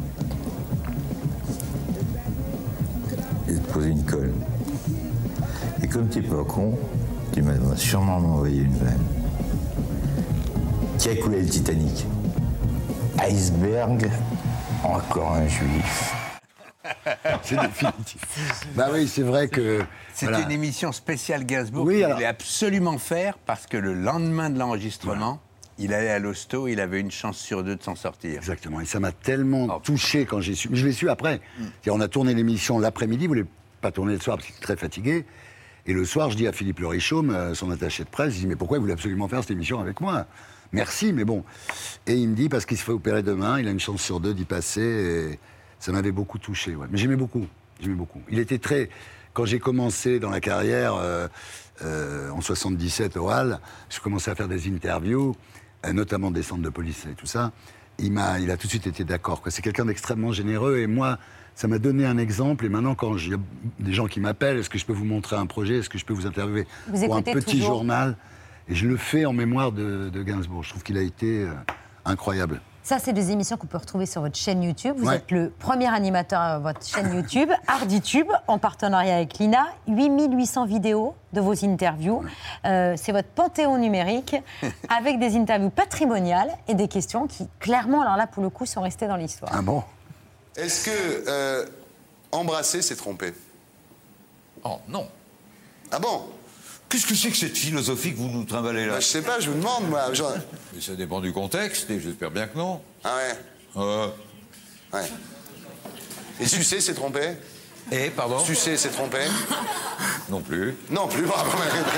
Je vais te poser une colle. Et comme tu n'es pas con, tu m'as sûrement envoyé une vanne. Qui a coulé le Titanic? Iceberg, encore un juif. C'est définitif. Bah oui, c'est vrai que... C'était une émission spéciale Gainsbourg oui, qu'il voulait absolument faire parce que le lendemain de l'enregistrement, il allait à l'hosto, il avait une chance sur 2 de s'en sortir. Exactement, et ça m'a tellement touché quand j'ai su... Je l'ai su après. On a tourné l'émission l'après-midi, vous ne voulez pas tourner le soir parce qu'il était très fatigué. Et le soir, je dis à Philippe Le Richaume, son attaché de presse, je dis « mais pourquoi il voulait absolument faire cette émission avec moi ? Merci, mais bon. » Et il me dit « parce qu'il se fait opérer demain, il a une chance sur 2 d'y passer. » Et ça m'avait beaucoup touché, ouais. Mais j'aimais beaucoup. Il était très... Quand j'ai commencé dans la carrière, en 77 au Hall, je commençais à faire des interviews, notamment des centres de police et tout ça. Il a tout de suite été d'accord. C'est quelqu'un d'extrêmement généreux et moi, ça m'a donné un exemple. Et maintenant, quand il y a des gens qui m'appellent, est-ce que je peux vous montrer un projet? Est-ce que je peux vous interviewer pour un petit journal? Et je le fais en mémoire de Gainsbourg. Je trouve qu'il a été incroyable. Ça, c'est des émissions qu'on peut retrouver sur votre chaîne YouTube. Vous Ouais. êtes le premier animateur à votre chaîne YouTube, HardyTube, en partenariat avec l'INA. 8800 vidéos de vos interviews. C'est votre panthéon numérique, avec des interviews patrimoniales et des questions qui, clairement, alors là, pour le coup, sont restées dans l'histoire. Ah bon? Est-ce que embrasser, c'est tromper? Oh, non. Ah bon? Qu'est-ce que c'est que cette philosophie que vous nous trimballez là? Je sais pas, je vous demande, moi. Mais ça dépend du contexte, et j'espère bien que non. Ah ouais? Ouais. Et sucer, c'est tromper? Et, pardon? Sucer, c'est tromper? Non plus. Non plus, bravo.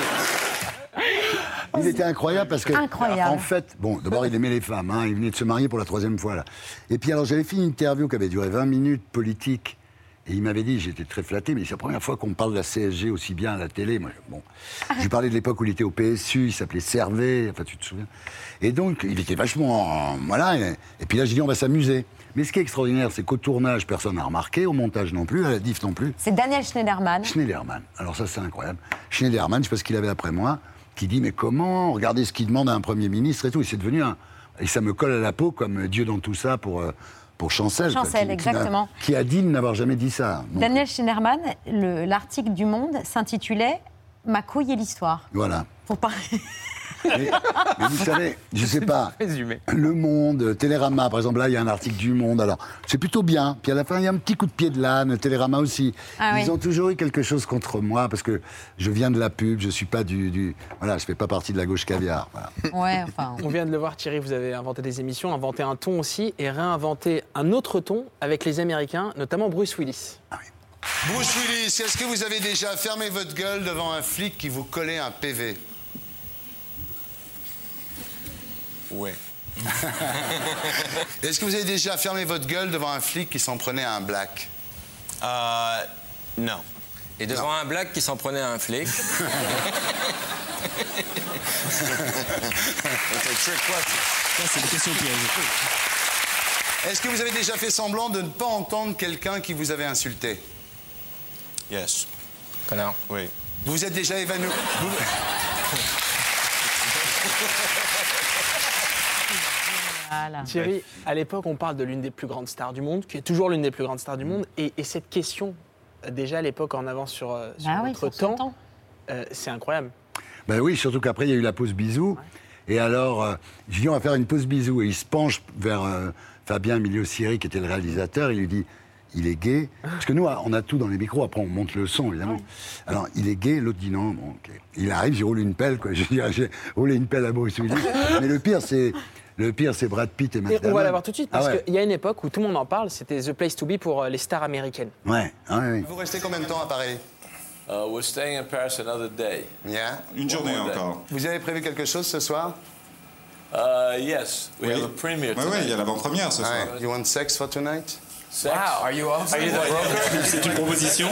Il était incroyable parce que, Incroyable. en fait, bon, d'abord il aimait les femmes, hein, il venait de se marier pour la 3e fois là. Et puis alors j'avais fait une interview qui avait duré 20 minutes, politique, et il m'avait dit, j'étais très flatté, mais c'est la première fois qu'on me parle de la CSG aussi bien à la télé. Moi, bon, je lui parlais de l'époque où il était au PSU, il s'appelait Servet, enfin tu te souviens. Et donc il était vachement, voilà. Et puis là j'ai dit on va s'amuser. Mais ce qui est extraordinaire, c'est qu'au tournage personne n'a remarqué, au montage non plus, à la diff non plus. C'est Daniel Schneiderman. Schneiderman. Alors ça, c'est incroyable. Schneiderman, je sais pas ce qu'il avait après moi, qui dit, mais comment? Regardez ce qu'il demande à un Premier ministre et tout. Et c'est devenu un... Et ça me colle à la peau comme Dieu dans tout ça pour Chancel. Chancel, exactement. Qui a dit n'avoir jamais dit ça. Donc, Daniel Schneiderman, l'article du Monde s'intitulait « Ma couille et l'histoire ». voilà. Pour parler... Mais vous savez, je sais pas, Résumé. Le Monde, Télérama, par exemple, là, il y a un article du Monde, alors, c'est plutôt bien. Puis à la fin, il y a un petit coup de pied de l'âne, Télérama aussi. Ah Ils oui. ont toujours eu quelque chose contre moi, parce que je viens de la pub, je suis pas voilà, je fais pas partie de la gauche caviar. Voilà. Ouais, enfin... On vient de le voir, Thierry, vous avez inventé des émissions, inventé un ton aussi, et réinventé un autre ton avec les Américains, notamment Bruce Willis. Bruce Willis, est-ce que vous avez déjà fermé votre gueule devant un flic qui vous collait un PV? Ouais. Est-ce que vous avez déjà fermé votre gueule devant un flic qui s'en prenait à un black? Non. Et devant un black qui s'en prenait à un flic. It's a trick question. Ça, c'est une question piège. Est-ce que vous avez déjà fait semblant de ne pas entendre quelqu'un qui vous avait insulté? Yes. Connard. Oui. Vous vous êtes déjà évanoui? Voilà. Thierry, à l'époque, on parle de l'une des plus grandes stars du monde, qui est toujours l'une des plus grandes stars du monde, et cette question, déjà à l'époque, en avance sur notre temps, c'est incroyable. Ben oui, surtout qu'après, il y a eu la pause bisou. Et alors, je dis, on va faire une pause bisou. Et il se penche vers Fabien Emilio-Siri, qui était le réalisateur. Il lui dit, il est gay. Parce que nous, on a tout dans les micros. Après, on monte le son, évidemment. Alors, il est gay. L'autre dit non. Bon, okay. Il arrive, j'y roule une pelle. Quoi. Je dis, j'ai roulé une pelle à Bruce Willis. Mais le pire, c'est Brad Pitt et Matt Damon. Et on va l'avoir tout de suite, parce Ah ouais. qu'il y a une époque où tout le monde en parle, c'était The Place to Be pour les stars américaines. Ouais, ouais. Vous restez combien de temps à Paris? We're staying in Paris another day. Yeah. Une journée encore. Vous avez prévu quelque chose ce soir? Yes, we have a premiere Oui, il y a l'avant-première ce soir. You want sex for tonight? Sex? Wow, are you also? Are you the broker? C'est une proposition.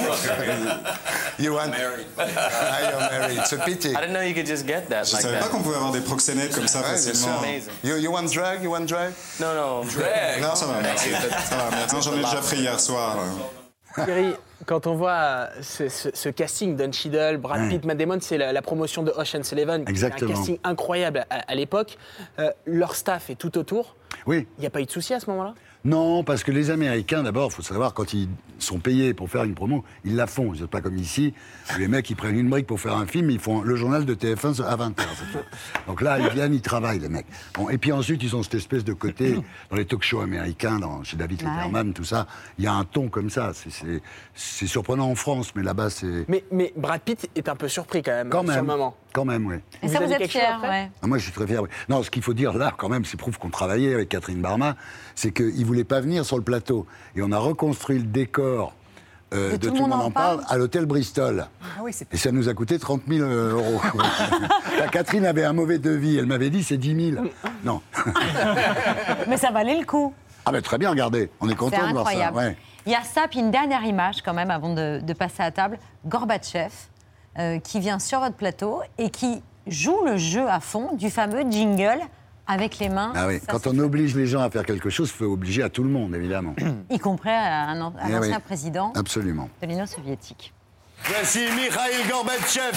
You want? Married. You're married. It's a pity. I didn't know you could just get that Je like savais that. pas qu'on pouvait avoir des proxénètes comme ça Ouais, bien facilement. sûr. You want drag? You want drag? No, drag. Non, ça va, merci. Ça va, merci. Non, j'en ai déjà pris hier soir. Thierry, quand on voit ce casting, Don Cheadle, Brad Pitt, Matt Damon, c'est la promotion de Ocean's Eleven. Exactement. Un casting incroyable à l'époque. Leur staff est tout autour. Oui. Il n'y a pas eu de souci à ce moment-là? Non, parce que les Américains, d'abord, il faut savoir, quand ils sont payés pour faire une promo, ils la font. C'est pas comme ici, où les mecs, ils prennent une brique pour faire un film, ils font le journal de TF1 à 20h. Donc là, ils viennent, ils travaillent, les mecs. Bon, et puis ensuite, ils ont cette espèce de côté, dans les talk-shows américains, chez David Letterman, tout ça, il y a un ton comme ça. C'est surprenant en France, mais là-bas, c'est... Mais Brad Pitt est un peu surpris quand même, sur le moment. Quand même, oui. Et ça, vous êtes fiers, ouais. Ah, moi, je suis très fier. Oui. Non, ce qu'il faut dire là, quand même, c'est prouve qu'on travaillait avec Catherine Barma, c'est qu'ils ne voulaient pas venir sur le plateau. Et on a reconstruit le décor de Tout le monde en parle à l'hôtel Bristol. Ah oui, et ça nous a coûté 30 000 euros. La Catherine avait un mauvais devis. Elle m'avait dit c'est 10 000. Non. Mais ça valait le coup. Ah ben très bien, regardez. On est content de voir ça. Incroyable. Ouais. Il y a ça, puis une dernière image quand même, avant de passer à table. Gorbatchev, qui vient sur votre plateau et qui joue le jeu à fond du fameux jingle avec les mains. Ah oui, quand on oblige les gens à faire quelque chose, il faut obliger à tout le monde, évidemment. Y compris à l'ancien président Absolument. de l'Union soviétique. Voici Mikhail Gorbatchev.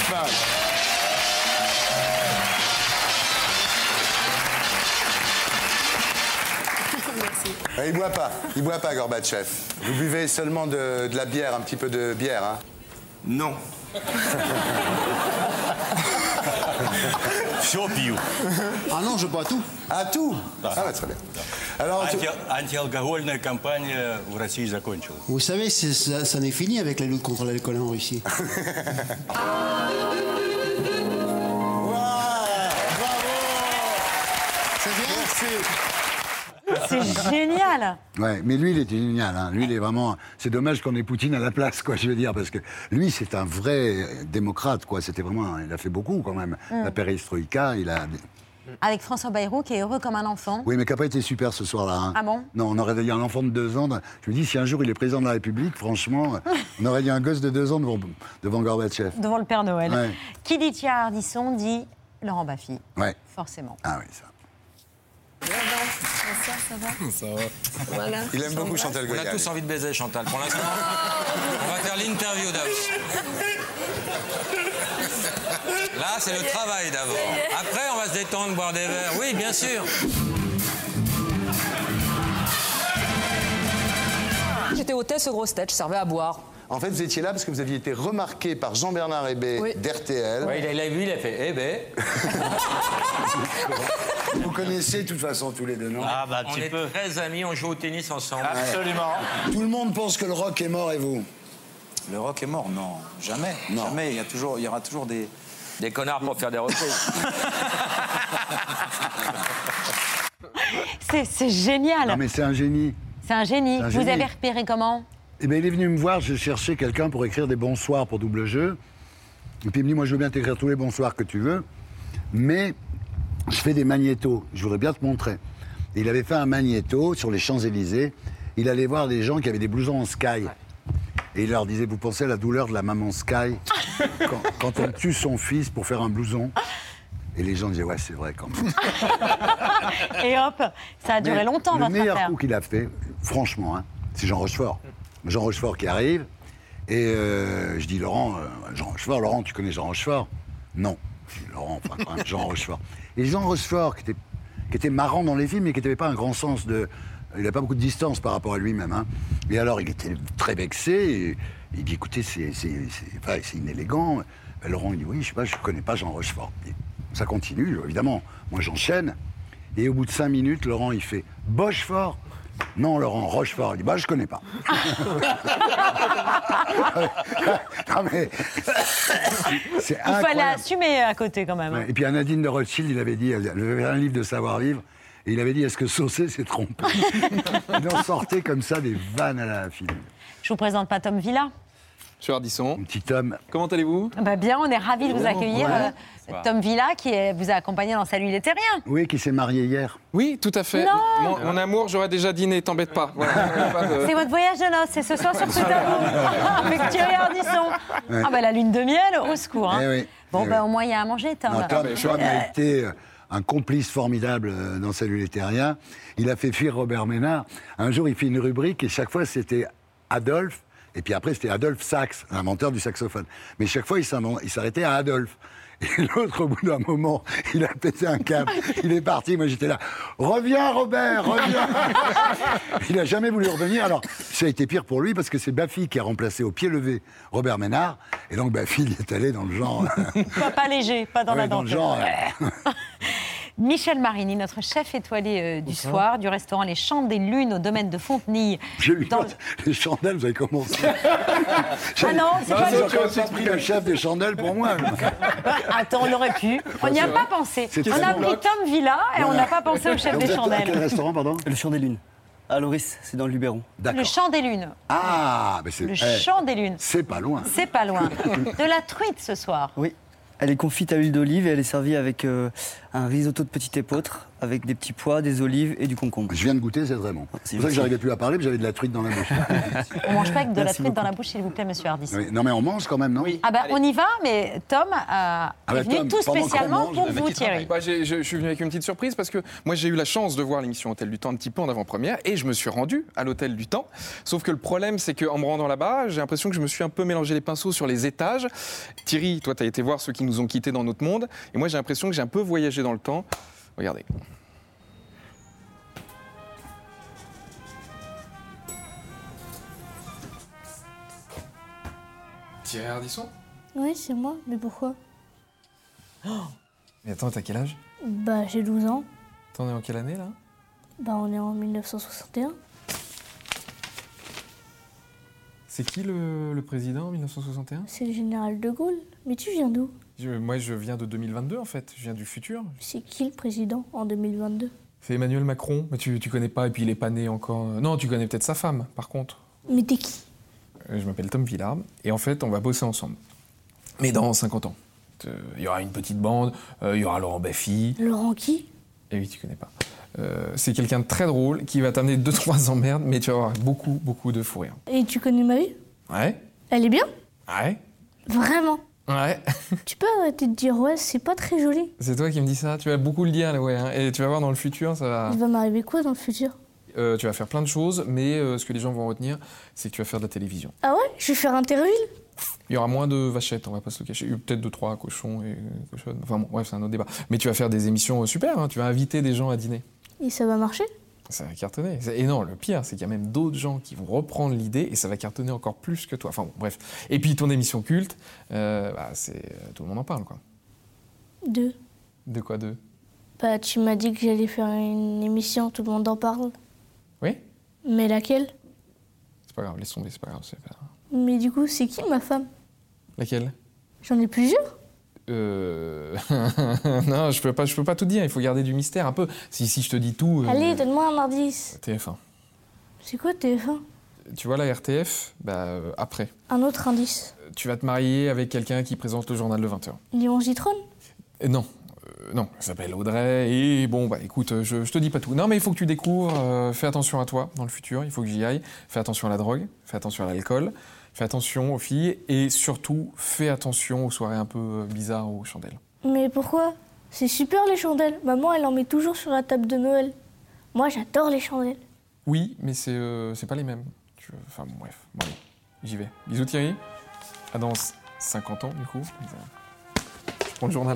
Il boit pas, Gorbatchev. Vous buvez seulement de la bière, un petit peu de bière, hein? Non. Все пью. Ah non, je bois tout. Ah, tout? Ah, ouais, très bien. Alors, Антиалкогольная кампания в России закончилась. Vous savez, ça n'est fini avec la lutte contre l'alcool en Russie. C'est génial. Ouais, mais lui, il était génial. Hein. Lui, il est vraiment. C'est dommage qu'on ait Poutine à la place, quoi. Je veux dire, parce que lui, c'est un vrai démocrate, quoi. C'était vraiment. Il a fait beaucoup, quand même. La perestroïka, il a. Avec François Bayrou, qui est heureux comme un enfant. Oui, mais qui n'a pas été super ce soir-là. Hein. Ah bon? Non, on aurait dit un enfant de 2 ans. Je me dis, si un jour il est président de la République, franchement, on aurait dit un gosse de 2 ans devant Gorbatchev. Devant le Père Noël. Ouais. Qui dit Thierry Ardisson dit Laurent Baffy. Ouais. Forcément. Ah oui, ça. Bonsoir, ça va? Ça va. Voilà. Il aime beaucoup Chantal Goya. On a tous envie de baiser Chantal. Pour l'instant, on va faire l'interview d'abord. Là, c'est le travail d'abord. Après, on va se détendre, boire des verres. Oui, bien sûr. J'étais hôtesse aux grosses têtes, je servais à boire. En fait, vous étiez là parce que vous aviez été remarqué par Jean-Bernard Hébé d'RTL. Oui, il a vu, il a fait Hébé. Vous connaissez de toute façon tous les deux, non? Ah, bah, on est très amis, on joue au tennis ensemble. Absolument. Tout le monde pense que le rock est mort et vous? Le rock est mort? Non, jamais. Non. Jamais. Il y aura toujours des connards pour faire des reprises. C'est génial. Non, mais c'est un génie. C'est un génie. C'est un Vous génie. avez repéré comment? Eh bien, il est venu me voir, je cherchais quelqu'un pour écrire des bonsoirs pour double jeu. Et puis il me dit, moi je veux bien t'écrire tous les bonsoirs que tu veux, mais je fais des magnétos, je voudrais bien te montrer. Et il avait fait un magnéto sur les Champs-Élysées, il allait voir des gens qui avaient des blousons en sky. Et il leur disait, vous pensez à la douleur de la maman Sky quand on tue son fils pour faire un blouson? Et les gens disaient, ouais, c'est vrai quand même. Et hop, ça a duré longtemps, votre Le meilleur affaire. coup qu'il a fait, franchement, hein, c'est Jean Rochefort. Jean Rochefort qui arrive, et je dis, Laurent, Jean Rochefort, Laurent, tu connais Jean Rochefort? Non. Je dis, Laurent, enfin, quand même, Jean Rochefort. Et Jean Rochefort, qui était marrant dans les films, mais qui n'avait pas un grand sens de... Il n'avait pas beaucoup de distance par rapport à lui-même. Hein. Et alors, il était très vexé, et il dit, écoutez, c'est inélégant. Et Laurent, il dit, oui, je sais pas, je ne connais pas Jean Rochefort. Et ça continue, évidemment. Moi, j'enchaîne. Et au bout de 5 minutes, Laurent, il fait, Bochefort? Non, Laurent, Rochefort. Il dit, bah, je connais pas. Non, mais c'est Il incroyable. fallait assumer à côté, quand même. Ouais, et puis à Nadine de Rothschild, il avait dit, il avait un livre de savoir-vivre, et il avait dit, est-ce que Saucé s'est trompé? Il en sortait comme ça des vannes à la fille. Je vous présente pas Tom Villa. Monsieur Ardisson. Un petit homme. Comment allez-vous? Bah bien, on est ravis de vous accueillir. Tom Villa, qui vous a accompagné dans Salut les Terriens. Oui, qui s'est marié hier. Oui, tout à fait. Non. Mon amour, j'aurais déjà dîné, t'embête pas. Voilà, pas de- C'est votre voyage de noces, c'est ce soir sur ce tableau, avec Thierry Ardisson. Ouais. Ah bah la lune de miel, au secours. Hein. Eh oui, Bon, eh bah oui. au moins, il y a à manger, Tom. Non, Tom a été un complice formidable dans Salut les Terriens. Il a fait fuir Robert Ménard. Un jour, il fait une rubrique et chaque fois, c'était Adolphe. Et puis après, c'était Adolphe Sax, l'inventeur du saxophone. Mais chaque fois, il s'arrêtait à Adolphe. Et l'autre, au bout d'un moment, il a pété un câble. Il est parti. Moi, j'étais là. Reviens, Robert, reviens. Il n'a jamais voulu revenir. Alors, ça a été pire pour lui parce que c'est Baffy qui a remplacé au pied levé Robert Ménard. Et donc, Baffy, il est allé dans le genre. Pas léger, pas dans la dans le dentelle. genre. Michel Marini, notre chef étoilé du soir, du restaurant Les Champs des Lunes au domaine de Fontenille. J'ai eu les chandelles, vous avez commencé. Ah non, c'est pas J'ai encore pas pris le chef des chandelles pour moi. Attends, on aurait pu. On n'y a pas pensé. C'est On très a bon. pris Tom Villa et on n'a pas pensé au chef Donc, des vous êtes à chandelles. quel restaurant, pardon? Le Champ des Lunes. À Loris, c'est dans le Luberon. Le Champ des Lunes. Ah, mais c'est... Le Champ des Lunes. C'est pas loin. C'est pas loin. De la truite ce soir. Oui. Elle est confite à l'huile d'olive et elle est servie avec un risotto de petite épeautre, avec des petits pois, des olives et du concombre. Je viens de goûter, c'est très bon. C'est pour ça que j'arrivais plus à parler, mais j'avais de la truite dans la bouche. On mange pas avec de la Merci truite dans beaucoup. la bouche, s'il vous plaît, monsieur Ardisson. Oui. Non, mais on mange quand même, non? Ah bah on y va, mais Tom est venu Tom, tout pendant qu'on spécialement mange, pour le vous, mec, Thierry. Bah, je suis venu avec une petite surprise parce que moi j'ai eu la chance de voir l'émission Hôtel du Temps un petit peu en avant-première et je me suis rendu à l'Hôtel du Temps. Sauf que le problème c'est qu'en me rendant là-bas, j'ai l'impression que je me suis un peu mélangé les pinceaux sur les étages. Thierry, toi tu as été voir ceux qui nous ont quittés dans notre monde et moi j'ai l'impression que j'ai un peu voyagé dans le temps. Regardez. Thierry Ardisson? Oui, c'est moi, mais pourquoi? Mais attends, t'as quel âge? Bah, j'ai 12 ans. T'en es en quelle année, là? Bah, on est en 1961. C'est qui le président en 1961? C'est le général de Gaulle. Mais tu viens d'où? Moi, je viens de 2022, en fait. Je viens du futur. C'est qui le président en 2022? C'est Emmanuel Macron. Mais tu connais pas, et puis il est pas né encore. Non, tu connais peut-être sa femme, par contre. Mais t'es qui? Je m'appelle Tom Villard, et en fait, on va bosser ensemble. Mais dans 50 ans. Il y aura une petite bande, il y aura Laurent Baffy. Laurent qui? Eh oui, tu connais pas. C'est quelqu'un de très drôle qui va t'amener 2-3 emmerdes, mais tu vas avoir beaucoup de fou rire. Et tu connais Marie? Ouais. Elle est bien? Ouais. Vraiment? Ouais. Tu peux arrêter de dire ouais, c'est pas très joli. C'est toi qui me dis ça. Tu vas beaucoup le dire, là, ouais. Hein. Et tu vas voir dans le futur, ça va... Il va m'arriver quoi dans le futur? Tu vas faire plein de choses, mais ce que les gens vont retenir, c'est que tu vas faire de la télévision. Ah ouais? Je vais faire Interville? Il y aura moins de vachettes, on va pas se le cacher. Peut-être 2-3 cochons et cochonnes. Enfin bon, bref, c'est un autre débat. Mais tu vas faire des émissions super, hein. Tu vas inviter des gens à dîner. Et ça va marcher? Ça va cartonner. Et non, le pire, c'est qu'il y a même d'autres gens qui vont reprendre l'idée et ça va cartonner encore plus que toi. Enfin bon, bref. Et puis ton émission culte, tout le monde en parle, quoi. Deux. De quoi deux? Bah, tu m'as dit que j'allais faire une émission, tout le monde en parle. Oui? Mais laquelle? C'est pas grave, laisse tomber, c'est pas grave. Mais du coup, c'est qui ma femme? Laquelle? J'en ai plusieurs. Non, je peux pas tout dire, il faut garder du mystère un peu. Si je te dis tout... Allez, donne-moi un indice. TF1. C'est quoi TF1? Tu vois la RTF? Après. Un autre indice. Tu vas te marier avec quelqu'un qui présente le journal de 20h. Léon Zitrone? Non. Non, elle s'appelle Audrey, et bon, écoute, je te dis pas tout. Non, mais il faut que tu découvres, fais attention à toi dans le futur, il faut que j'y aille. Fais attention à la drogue, fais attention à l'alcool, fais attention aux filles, et surtout, fais attention aux soirées un peu bizarres aux chandelles. Mais pourquoi? C'est super les chandelles. Maman, elle en met toujours sur la table de Noël. Moi, j'adore les chandelles. Oui, mais c'est pas les mêmes. Enfin, bon, bref, bon, allez, j'y vais. Bisous Thierry, à dans 50 ans, du coup. Je prends le journal.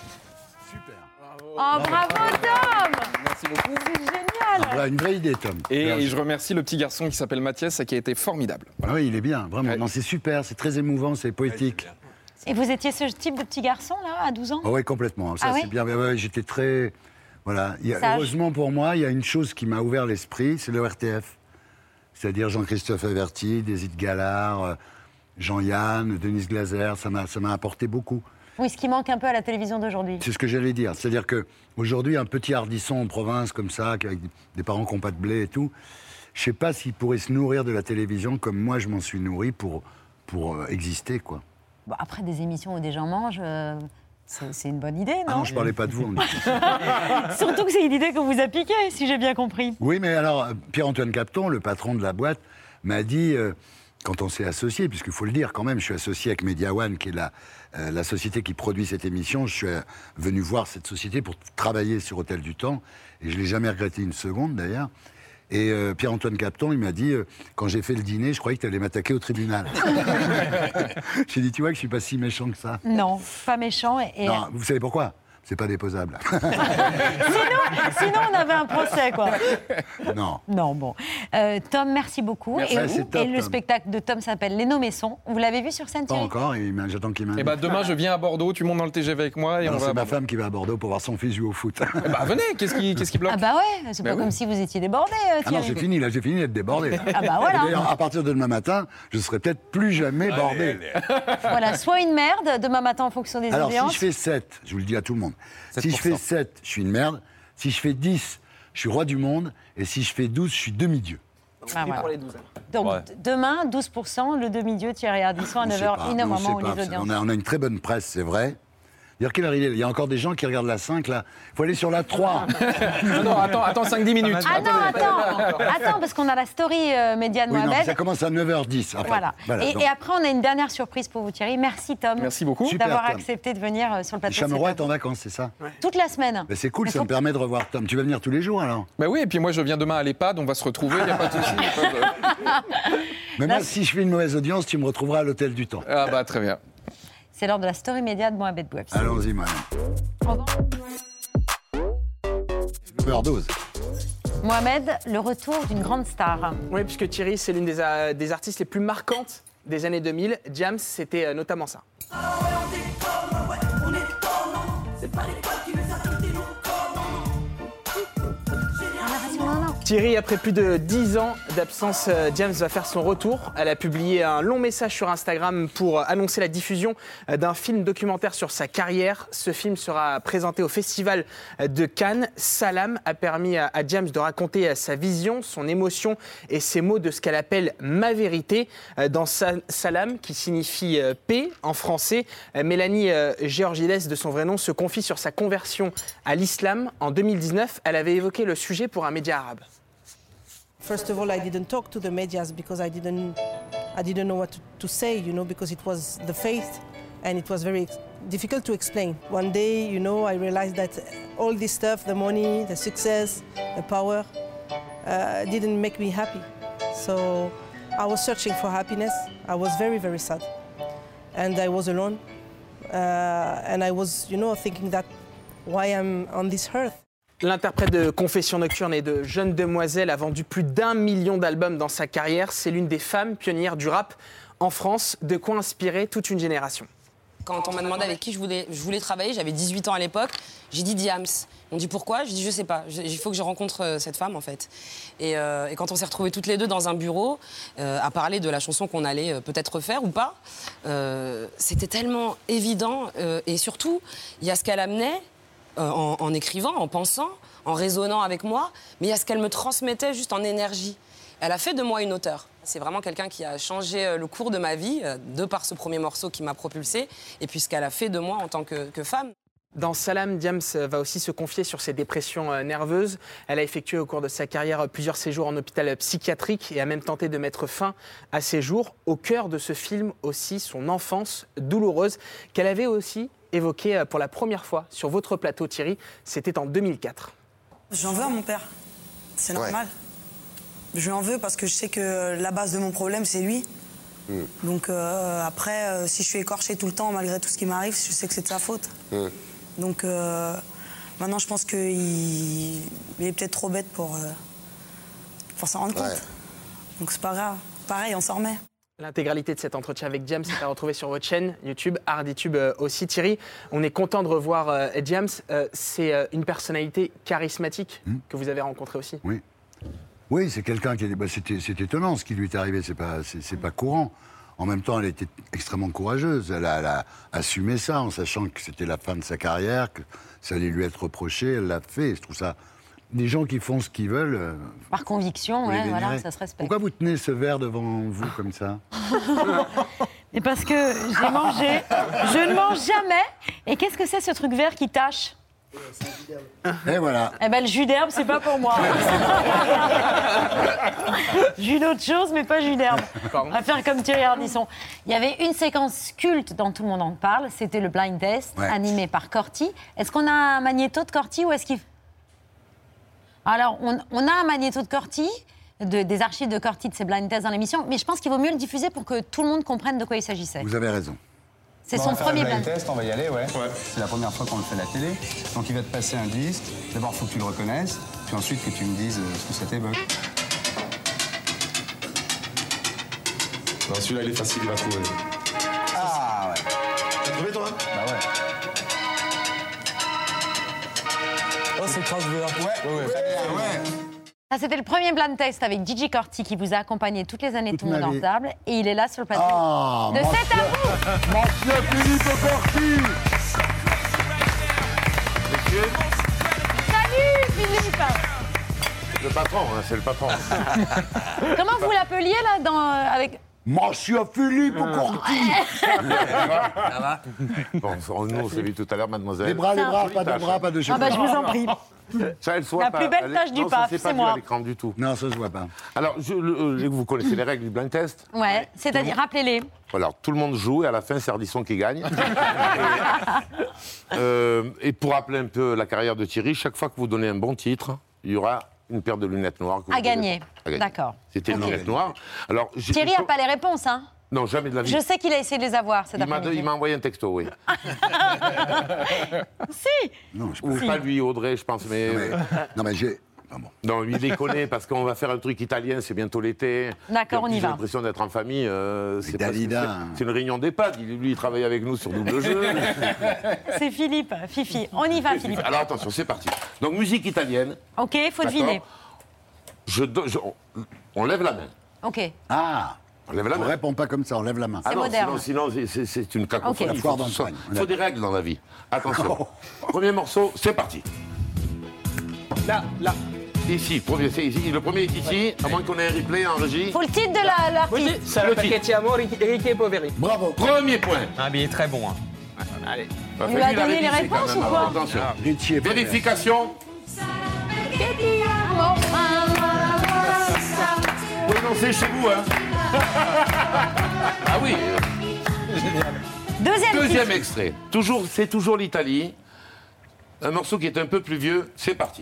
Oh, bravo Tom! Merci beaucoup. C'est génial! Voilà, une vraie idée, Tom. Et je remercie le petit garçon qui s'appelle Mathias, qui a été formidable. Voilà. Oui, il est bien, vraiment. Ouais. Non, c'est super, c'est très émouvant, c'est poétique. Et vous étiez ce type de petit garçon, là, à 12 ans? Oui, complètement. Ça, c'est bien. Ouais, j'étais très... Voilà. Heureusement pour moi, il y a une chose qui m'a ouvert l'esprit, c'est le RTF. C'est-à-dire Jean-Christophe Averti, Désir Gallard, Jean-Yann, Denise Glaser, ça m'a apporté beaucoup. Oui, ce qui manque un peu à la télévision d'aujourd'hui. C'est ce que j'allais dire. C'est-à-dire qu'aujourd'hui, un petit Ardisson en province comme ça, avec des parents qui n'ont pas de blé et tout, je ne sais pas s'il pourrait se nourrir de la télévision comme moi je m'en suis nourri pour exister, quoi. Bon, après des émissions où des gens mangent, c'est une bonne idée, non? Ah non, je ne parlais pas de vous. Surtout que c'est une idée qu'on vous a piquée, si j'ai bien compris. Oui, mais alors, Pierre-Antoine Capton, le patron de la boîte, m'a dit... Quand on s'est associé, puisqu'il faut le dire quand même, je suis associé avec Media One, qui est la société qui produit cette émission. Je suis venu voir cette société pour travailler sur Hôtel du Temps, et je ne l'ai jamais regretté une seconde d'ailleurs. Et Pierre-Antoine Capton, il m'a dit, quand j'ai fait le dîner, je croyais que tu allais m'attaquer au tribunal. J'ai dit, tu vois que je ne suis pas si méchant que ça. Non, pas méchant. Non, vous savez pourquoi? C'est pas déposable. sinon, on avait un procès, quoi. Non. Non, bon. Tom, merci beaucoup. Merci. Et le spectacle de Tom s'appelle Les Nommessons. Vous l'avez vu sur scène, Thierry? Pas encore, j'attends qu'il m'invite. Demain, je viens à Bordeaux, tu montes dans le TGV avec moi et on va... C'est ma femme qui va à Bordeaux pour voir son fils jouer au foot. Venez, qu'est-ce qui bloque? Ah bah ouais, c'est pas comme si vous étiez débordé, Thierry. Ah non, j'ai fini d'être débordé. Là. Ah bah voilà. D'ailleurs, à partir de demain matin, je serai peut-être plus jamais bordé. Voilà, soit une merde, demain matin en fonction des audiences. Alors, si je fais 7, je vous le dis à tout le monde, si je fais 7, je suis une merde. Si je fais 10, je suis roi du monde. Et si je fais 12, je suis demi-dieu. Ah, voilà. Pour les 12. Donc, demain, 12%, le demi-dieu Thierry Ardisson à 9h, au moment où les audiences. On a une très bonne presse, c'est vrai. D'ailleurs, quelle heure il est? Il y a encore des gens qui regardent la 5, là. Il faut aller sur la 3. Non, attends 5-10 minutes. Ah non, attends, parce qu'on a la story média de Mohamed. Non, ça commence à 9h10. Enfin, voilà. Et après, on a une dernière surprise pour vous, Thierry. Merci, Tom. Merci beaucoup. D'avoir accepté de venir sur le plateau. Chameroy est en vacances, c'est ça? Toute la semaine. Mais c'est cool, ça me permet de revoir Tom. Tu vas venir tous les jours, alors? Bah oui, et puis moi, je viens demain à l'EHPAD, on va se retrouver, il n'y a pas de souci. Mais moi, si je fais une mauvaise audience, tu me retrouveras à l'Hôtel du Temps. Ah bah, très bien. C'est l'heure de la story média de Mohamed Bouafsi. Allons-y, madame. Overdose. Mohamed, le retour d'une grande star. Oui, puisque Thierry, c'est l'une des artistes les plus marquantes des années 2000, Diams, c'était notamment ça. Thierry, après plus de 10 ans d'absence, Diams va faire son retour. Elle a publié un long message sur Instagram pour annoncer la diffusion d'un film documentaire sur sa carrière. Ce film sera présenté au Festival de Cannes. Salam a permis à Diams de raconter sa vision, son émotion et ses mots de ce qu'elle appelle « ma vérité ». Dans Salam, qui signifie « paix » en français, Mélanie Georgides, de son vrai nom, se confie sur sa conversion à l'islam. En 2019, elle avait évoqué le sujet pour un média arabe. First of all, I didn't talk to the medias because I didn't know what to say, because it was the faith and it was very difficult to explain. One day, I realized that all this stuff, the money, the success, the power, didn't make me happy. So I was searching for happiness. I was very, very sad. And I was alone. And I was, thinking that why I'm on this earth. L'interprète de Confessions nocturnes et de Jeune demoiselle a vendu plus d'1 million d'albums dans sa carrière. C'est l'une des femmes pionnières du rap en France, de quoi inspirer toute une génération. Quand on m'a demandé avec qui je voulais travailler, j'avais 18 ans à l'époque, j'ai dit Diams. On dit pourquoi? Je dis je sais pas, il faut que je rencontre cette femme en fait. Et quand on s'est retrouvés toutes les deux dans un bureau à parler de la chanson qu'on allait peut-être refaire ou pas, c'était tellement évident et surtout, il y a ce qu'elle amenait en écrivant, en pensant, en raisonnant avec moi, mais il y a ce qu'elle me transmettait juste en énergie. Elle a fait de moi une auteure. C'est vraiment quelqu'un qui a changé le cours de ma vie, de par ce premier morceau qui m'a propulsée, et puis ce qu'elle a fait de moi en tant que femme. Dans Salam, Diams va aussi se confier sur ses dépressions nerveuses. Elle a effectué au cours de sa carrière plusieurs séjours en hôpital psychiatrique et a même tenté de mettre fin à ses jours. Au cœur de ce film aussi, son enfance douloureuse, qu'elle avait aussi évoquée pour la première fois sur votre plateau, Thierry. C'était en 2004. J'en veux à mon père. C'est normal. Ouais. Je lui en veux parce que je sais que la base de mon problème, c'est lui. Donc après, si je suis écorchée tout le temps, malgré tout ce qui m'arrive, je sais que c'est de sa faute. Donc maintenant, je pense qu'il est peut-être trop bête pour s'en rendre compte. Donc c'est pas grave. Pareil, on s'en remet. L'intégralité de cet entretien avec Diams est à retrouver sur votre chaîne YouTube, HardyTube aussi. Thierry, on est content de revoir Diams. C'est une personnalité charismatique que vous avez rencontrée aussi. Oui. Oui, c'est quelqu'un qui a... c'est étonnant ce qui lui est arrivé, c'est pas courant. En même temps, elle était extrêmement courageuse. Elle a assumé ça en sachant que c'était la fin de sa carrière, que ça allait lui être reproché. Elle l'a fait. Je trouve ça... Des gens qui font ce qu'ils veulent... Par conviction, ouais, voilà, ça se respecte. Pourquoi vous tenez ce verre devant vous comme ça? Et parce que j'ai mangé, je ne mange jamais. Et qu'est-ce que c'est ce truc vert qui tâche? Et voilà. Eh ben le jus d'herbe, c'est pas pour moi. Jus d'autre chose, mais pas jus d'herbe. On va faire comme Thierry Ardisson. Il y avait une séquence culte dont tout le monde en parle, c'était le blind test, animé par Corty. Est-ce qu'on a un magnéto de Corty ou est-ce qu'il... Alors, on a un magnéto de Corty, des archives de Corty de ces blind tests dans l'émission, mais je pense qu'il vaut mieux le diffuser pour que tout le monde comprenne de quoi il s'agissait. Vous avez raison. C'est son premier blind test, on va y aller, ouais. C'est la première fois qu'on le fait à la télé. Donc il va te passer un disque. D'abord, il faut que tu le reconnaisses. Puis ensuite, que tu me dises ce que ça t'évoque. Non, celui-là, il est facile, il va trouver. Ah, ouais. T'as trouvé, toi? Bah ouais. Oh, c'est Kraftwerk. Ouais. Ça, c'était le premier blind test avec Gigi Corty qui vous a accompagné toutes les années Tout le monde en table. Et il est là sur le plateau de C'est à vous. Monsieur Philippe Corty. Monsieur. Salut Philippe. Le patron, hein, c'est le patron. Comment vous l'appeliez là avec... Monsieur Philippe Corty. Ça va? Bon, nous, on s'est vu tout à l'heure, mademoiselle. Les bras, pas de bras, pas de cheveux. Ah bah je vous en prie. Ça, elle soit la plus belle tâche du pape, c'est moi. À l'écran du tout. Non, ça se voit pas. Alors, vous connaissez les règles du blind test? Ouais, c'est-à-dire, rappelez-les. Alors, tout le monde joue et à la fin, c'est Ardisson qui gagne. Et pour rappeler un peu la carrière de Thierry, chaque fois que vous donnez un bon titre, il y aura une paire de lunettes noires. À gagner. D'accord. C'était une lunette noire. Alors, Thierry n'a pas les réponses, hein? Non, jamais de la vie. Je sais qu'il a essayé de les avoir cet après-midi. Il m'a envoyé un texto, oui. Si. Non, Ou pas lui, Audrey, je pense, mais... Non, mais Non, lui, il déconne parce qu'on va faire un truc italien, c'est bientôt l'été. D'accord, on y J'ai va. l'impression d'être en famille. C'est Dalida. c'est une réunion d'EHPAD. Lui, il travaille avec nous sur double jeu. C'est Philippe, Fifi. On y va, Philippe. Alors attention, c'est parti. Donc, musique italienne. Ok, faut deviner. On lève la main. Ok. Ah, on lève la main. On répond pas comme ça, on lève la main. Ah non, moderne. sinon c'est une cacophonie. La foire d'Antoine. Il faut des règles dans la vie. Attention. Premier morceau, c'est parti. Là. Ici, le premier est ici, à moins qu'on ait un replay en régie. Faut le titre de l'artiste. Sarà perché ti amo Ricky Poveri. Bravo. Premier point. Ah, mais il est très bon. Hein. Allez. Il lui a donné les réponses ou quoi? Attention. Richie Vérification. Vous pouvez danser chez vous, hein. Ah oui. Deuxième extrait. C'est toujours l'Italie. Un morceau qui est un peu plus vieux. C'est parti.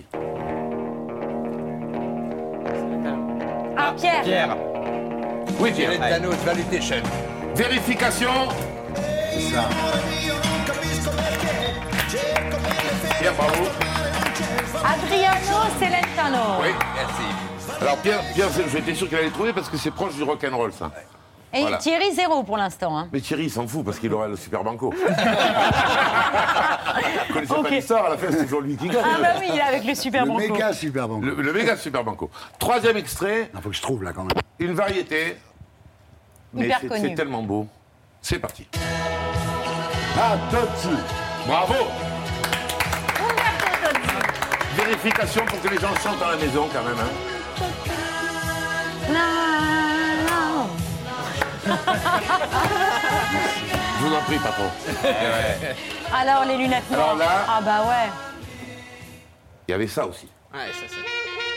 Ah, Pierre. Oui, Pierre. Celentano, Valutation. Vérification. C'est ça. Pierre, bravo. Adriano Celentano. Oui, merci. Alors Pierre, j'étais sûr qu'il allait trouver parce que c'est proche du rock'n'roll, ça. Et Voilà. Thierry, 0 pour l'instant. Hein. Mais Thierry, il s'en fout parce qu'il aura le Super Banco. Vous connaissez pas l'histoire, à la fin, c'est toujours lui qui gagne. Ah bah oui, il est avec le Super Banco. Le méga Super Banco. Le méga Super Banco. Troisième extrait. Il faut que je trouve là quand même. Une variété. Mais Hyper c'est connu. tellement beau. C'est parti. Ah, Totti. Bravo. Vérification pour que les gens chantent à la maison quand même. Hein. Non. Je vous en prie, patron. Alors, les lunettes noires. Alors là- Ah bah ouais. Il y avait ça aussi. Ouais, ça c'est.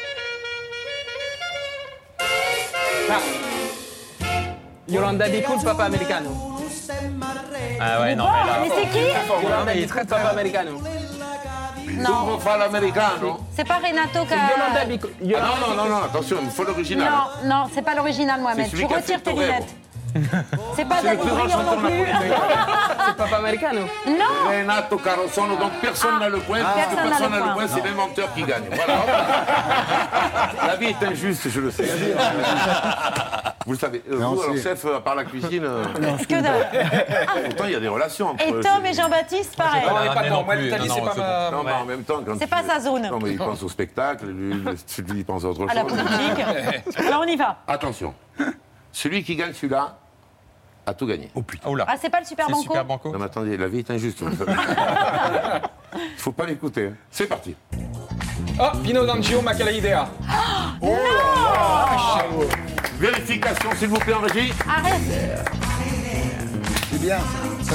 Yolanda Be Cool, Papa Americano. Ah ouais, non, Oh, mais là. mais c'est qui? Yolanda il est Be très, Cool, très Papa bon. Americano. Non, Turbo fa l'americano. c'est pas Renato Yolanda Ca... Be Cool. Ah non, attention, il faut l'original. Non, c'est pas l'original, Mohamed. C'est celui Tu qui a retires fait tes Torero. lunettes. C'est pas C'est le Danny plus grand Briand chanteur non plus. C'est Papa Americano. Non. Renato Carosono, donc personne n'a le point, puisque personne n'a personne le n'a le point. point, c'est l'inventeur qui gagne. Voilà. La vie est injuste, je le sais. Vous le savez. Non, Vous, alors, c'est- chef, à part la cuisine, Que dalle. pourtant, il y a des relations entre Et Tom et Jean-Baptiste, pareil. Non, mais Ah, pas mais non, non moi plus. l'Italie Non, c'est non, pas c'est ma. Non, mais en même temps, quand C'est pas sa zone. Non, mais il pense au spectacle, lui, il pense à autre À la chose. politique. Alors, on y va. Attention. Celui qui gagne celui-là a tout gagné. Oh putain. Oh là. Ah, c'est pas le Super C'est Banco? Super Banco. Non, mais attendez, la vie est injuste. Il faut pas l'écouter. Hein. C'est parti. Oh, Pino D'Angio, Macalaidea. Vérification, s'il vous plaît, en régie. Arrête. C'est bien ça.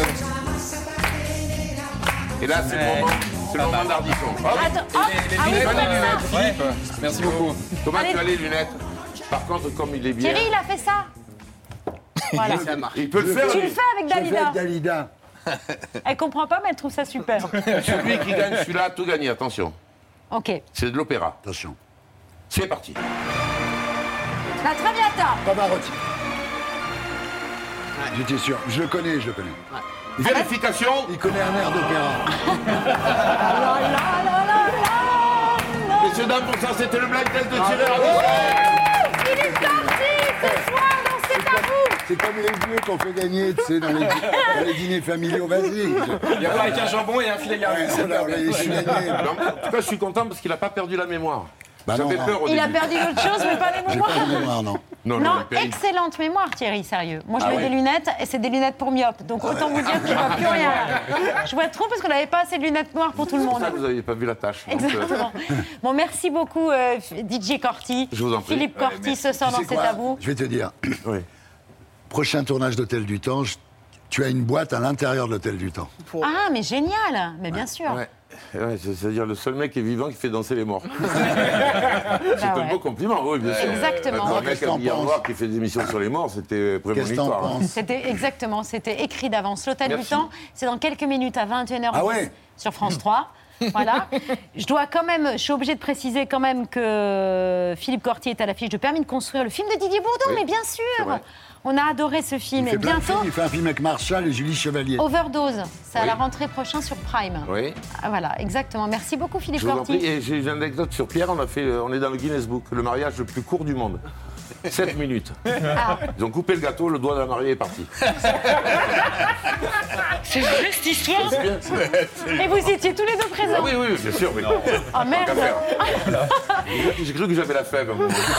Et là, c'est le moment d'Ardisson. Hop. Attends, hop. Ah oui, lunettes, comme les ça. lunettes. Philippe, merci beaucoup. Thomas, Allez. tu as les lunettes. Par contre, comme il est bien, Thierry, il a fait ça. Voilà. il peut le faire. Tu le lui. fais avec Je fais Dalida. avec Dalida. Elle comprend pas, mais elle trouve ça super. Celui qui gagne celui-là a tout gagné, attention. Ok. C'est de l'opéra. Attention. C'est parti. La Traviata. Pavarotti. J'étais sûr. Je le connais. Vérification. Il connaît un air d'opéra. Messieurs, dames, pour ça, c'était le blind test de Thierry. Il est sorti ce soir dans C'est à vous. C'est comme les vieux qu'on fait gagner, tu sais, dans les dîners familiaux. Vas-y. Il y a pas avec un jambon et un filet garni. On a laissé gagner. Non, en tout cas, je suis content parce qu'il n'a pas perdu la mémoire. Bah J'avais non, peur au Il a début. perdu d'autres choses, mais pas les J'ai mémoires. pas de mémoire, non. Non, Non, le pays. excellente mémoire, Thierry, sérieux. Moi, je Ah mets ouais. des lunettes et c'est des lunettes pour myopes. Donc, autant vous dire que je vois plus rien. Je vois trop parce qu'on n'avait pas assez de lunettes noires pour tout le C'est pour monde. ça que vous n'aviez pas vu la tâche. Donc, Exactement. Bon, merci beaucoup, DJ Corti. Je vous en prie. Philippe Corti ce soir Tu dans sais C'est quoi à vous. Je vais te dire. Oui. Prochain tournage d'Hôtel du Temps, tu as une boîte à l'intérieur de l'Hôtel du Temps. Ah, mais génial. Mais bien sûr. Ouais. Ouais, c'est-à-dire le seul mec qui est vivant qui fait danser les morts. C'est Bah un ouais. beau compliment, oui, bien sûr. Exactement. Un Qu'est-ce mec que t'en habillé en penses noir qui fait des émissions sur les morts, c'était Qu'est-ce que t'en prémonitoire. penses C'était exactement, c'était écrit d'avance. L'Hôtel du Merci. Temps, c'est dans quelques minutes à 21h10 Ah ouais sur France 3. Voilà. Je suis obligée de préciser quand même que Philippe Cortier est à l'affiche de Permis de construire, le film de Didier Bourdon, mais bien sûr. On a adoré ce film. Il fait plein de films. Bientôt, Il fait un film avec Marshall et Julie Chevalier. Overdose. C'est à la rentrée prochaine sur Prime. Oui. Ah, voilà, exactement. Merci beaucoup, Philippe Je vous en Cortier. prie. Et j'ai une anecdote sur Pierre. On est dans le Guinness Book, le mariage le plus court du monde. 7 minutes. Ah. Ils ont coupé le gâteau, le doigt de la mariée est parti. C'est vrai cette histoire C'est bien. Et vous étiez tous les deux présents. Ah oui, oui, bien sûr. Mais... Oh merde. J'ai cru que j'avais la fève.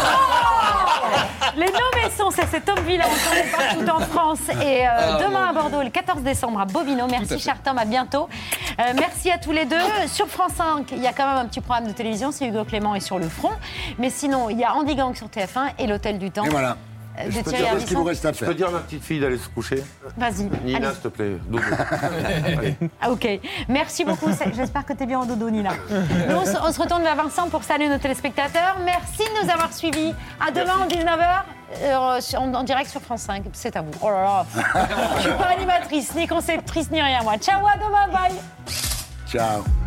Les nommés sont, c'est cet homme vilain, on est partout en France. Et demain à Bordeaux, le 14 décembre à Bobino. Merci, cher Tom, à bientôt. Merci à tous les deux. Sur France 5, il y a quand même un petit programme de télévision, c'est Hugo Clément et Sur le front. Mais sinon, il y a Andy Gang sur TF1 et l'Hôtel du Temps. Et voilà. De Thierry ce qu'il vous reste à faire. Je peux dire à ma petite fille d'aller se coucher. Vas-y. Nina, allez. s'il te plaît. Dodo. Allez. Ah, ok. Merci beaucoup. J'espère que tu es bien en dodo, Nina. Nous, on se retourne vers Vincent pour saluer nos téléspectateurs. Merci de nous avoir suivis. À demain en 19h, en direct sur France 5. C'est à vous. Oh là là. Je ne suis pas animatrice, ni conceptrice, ni rien, moi. Ciao, à demain. Bye. Ciao.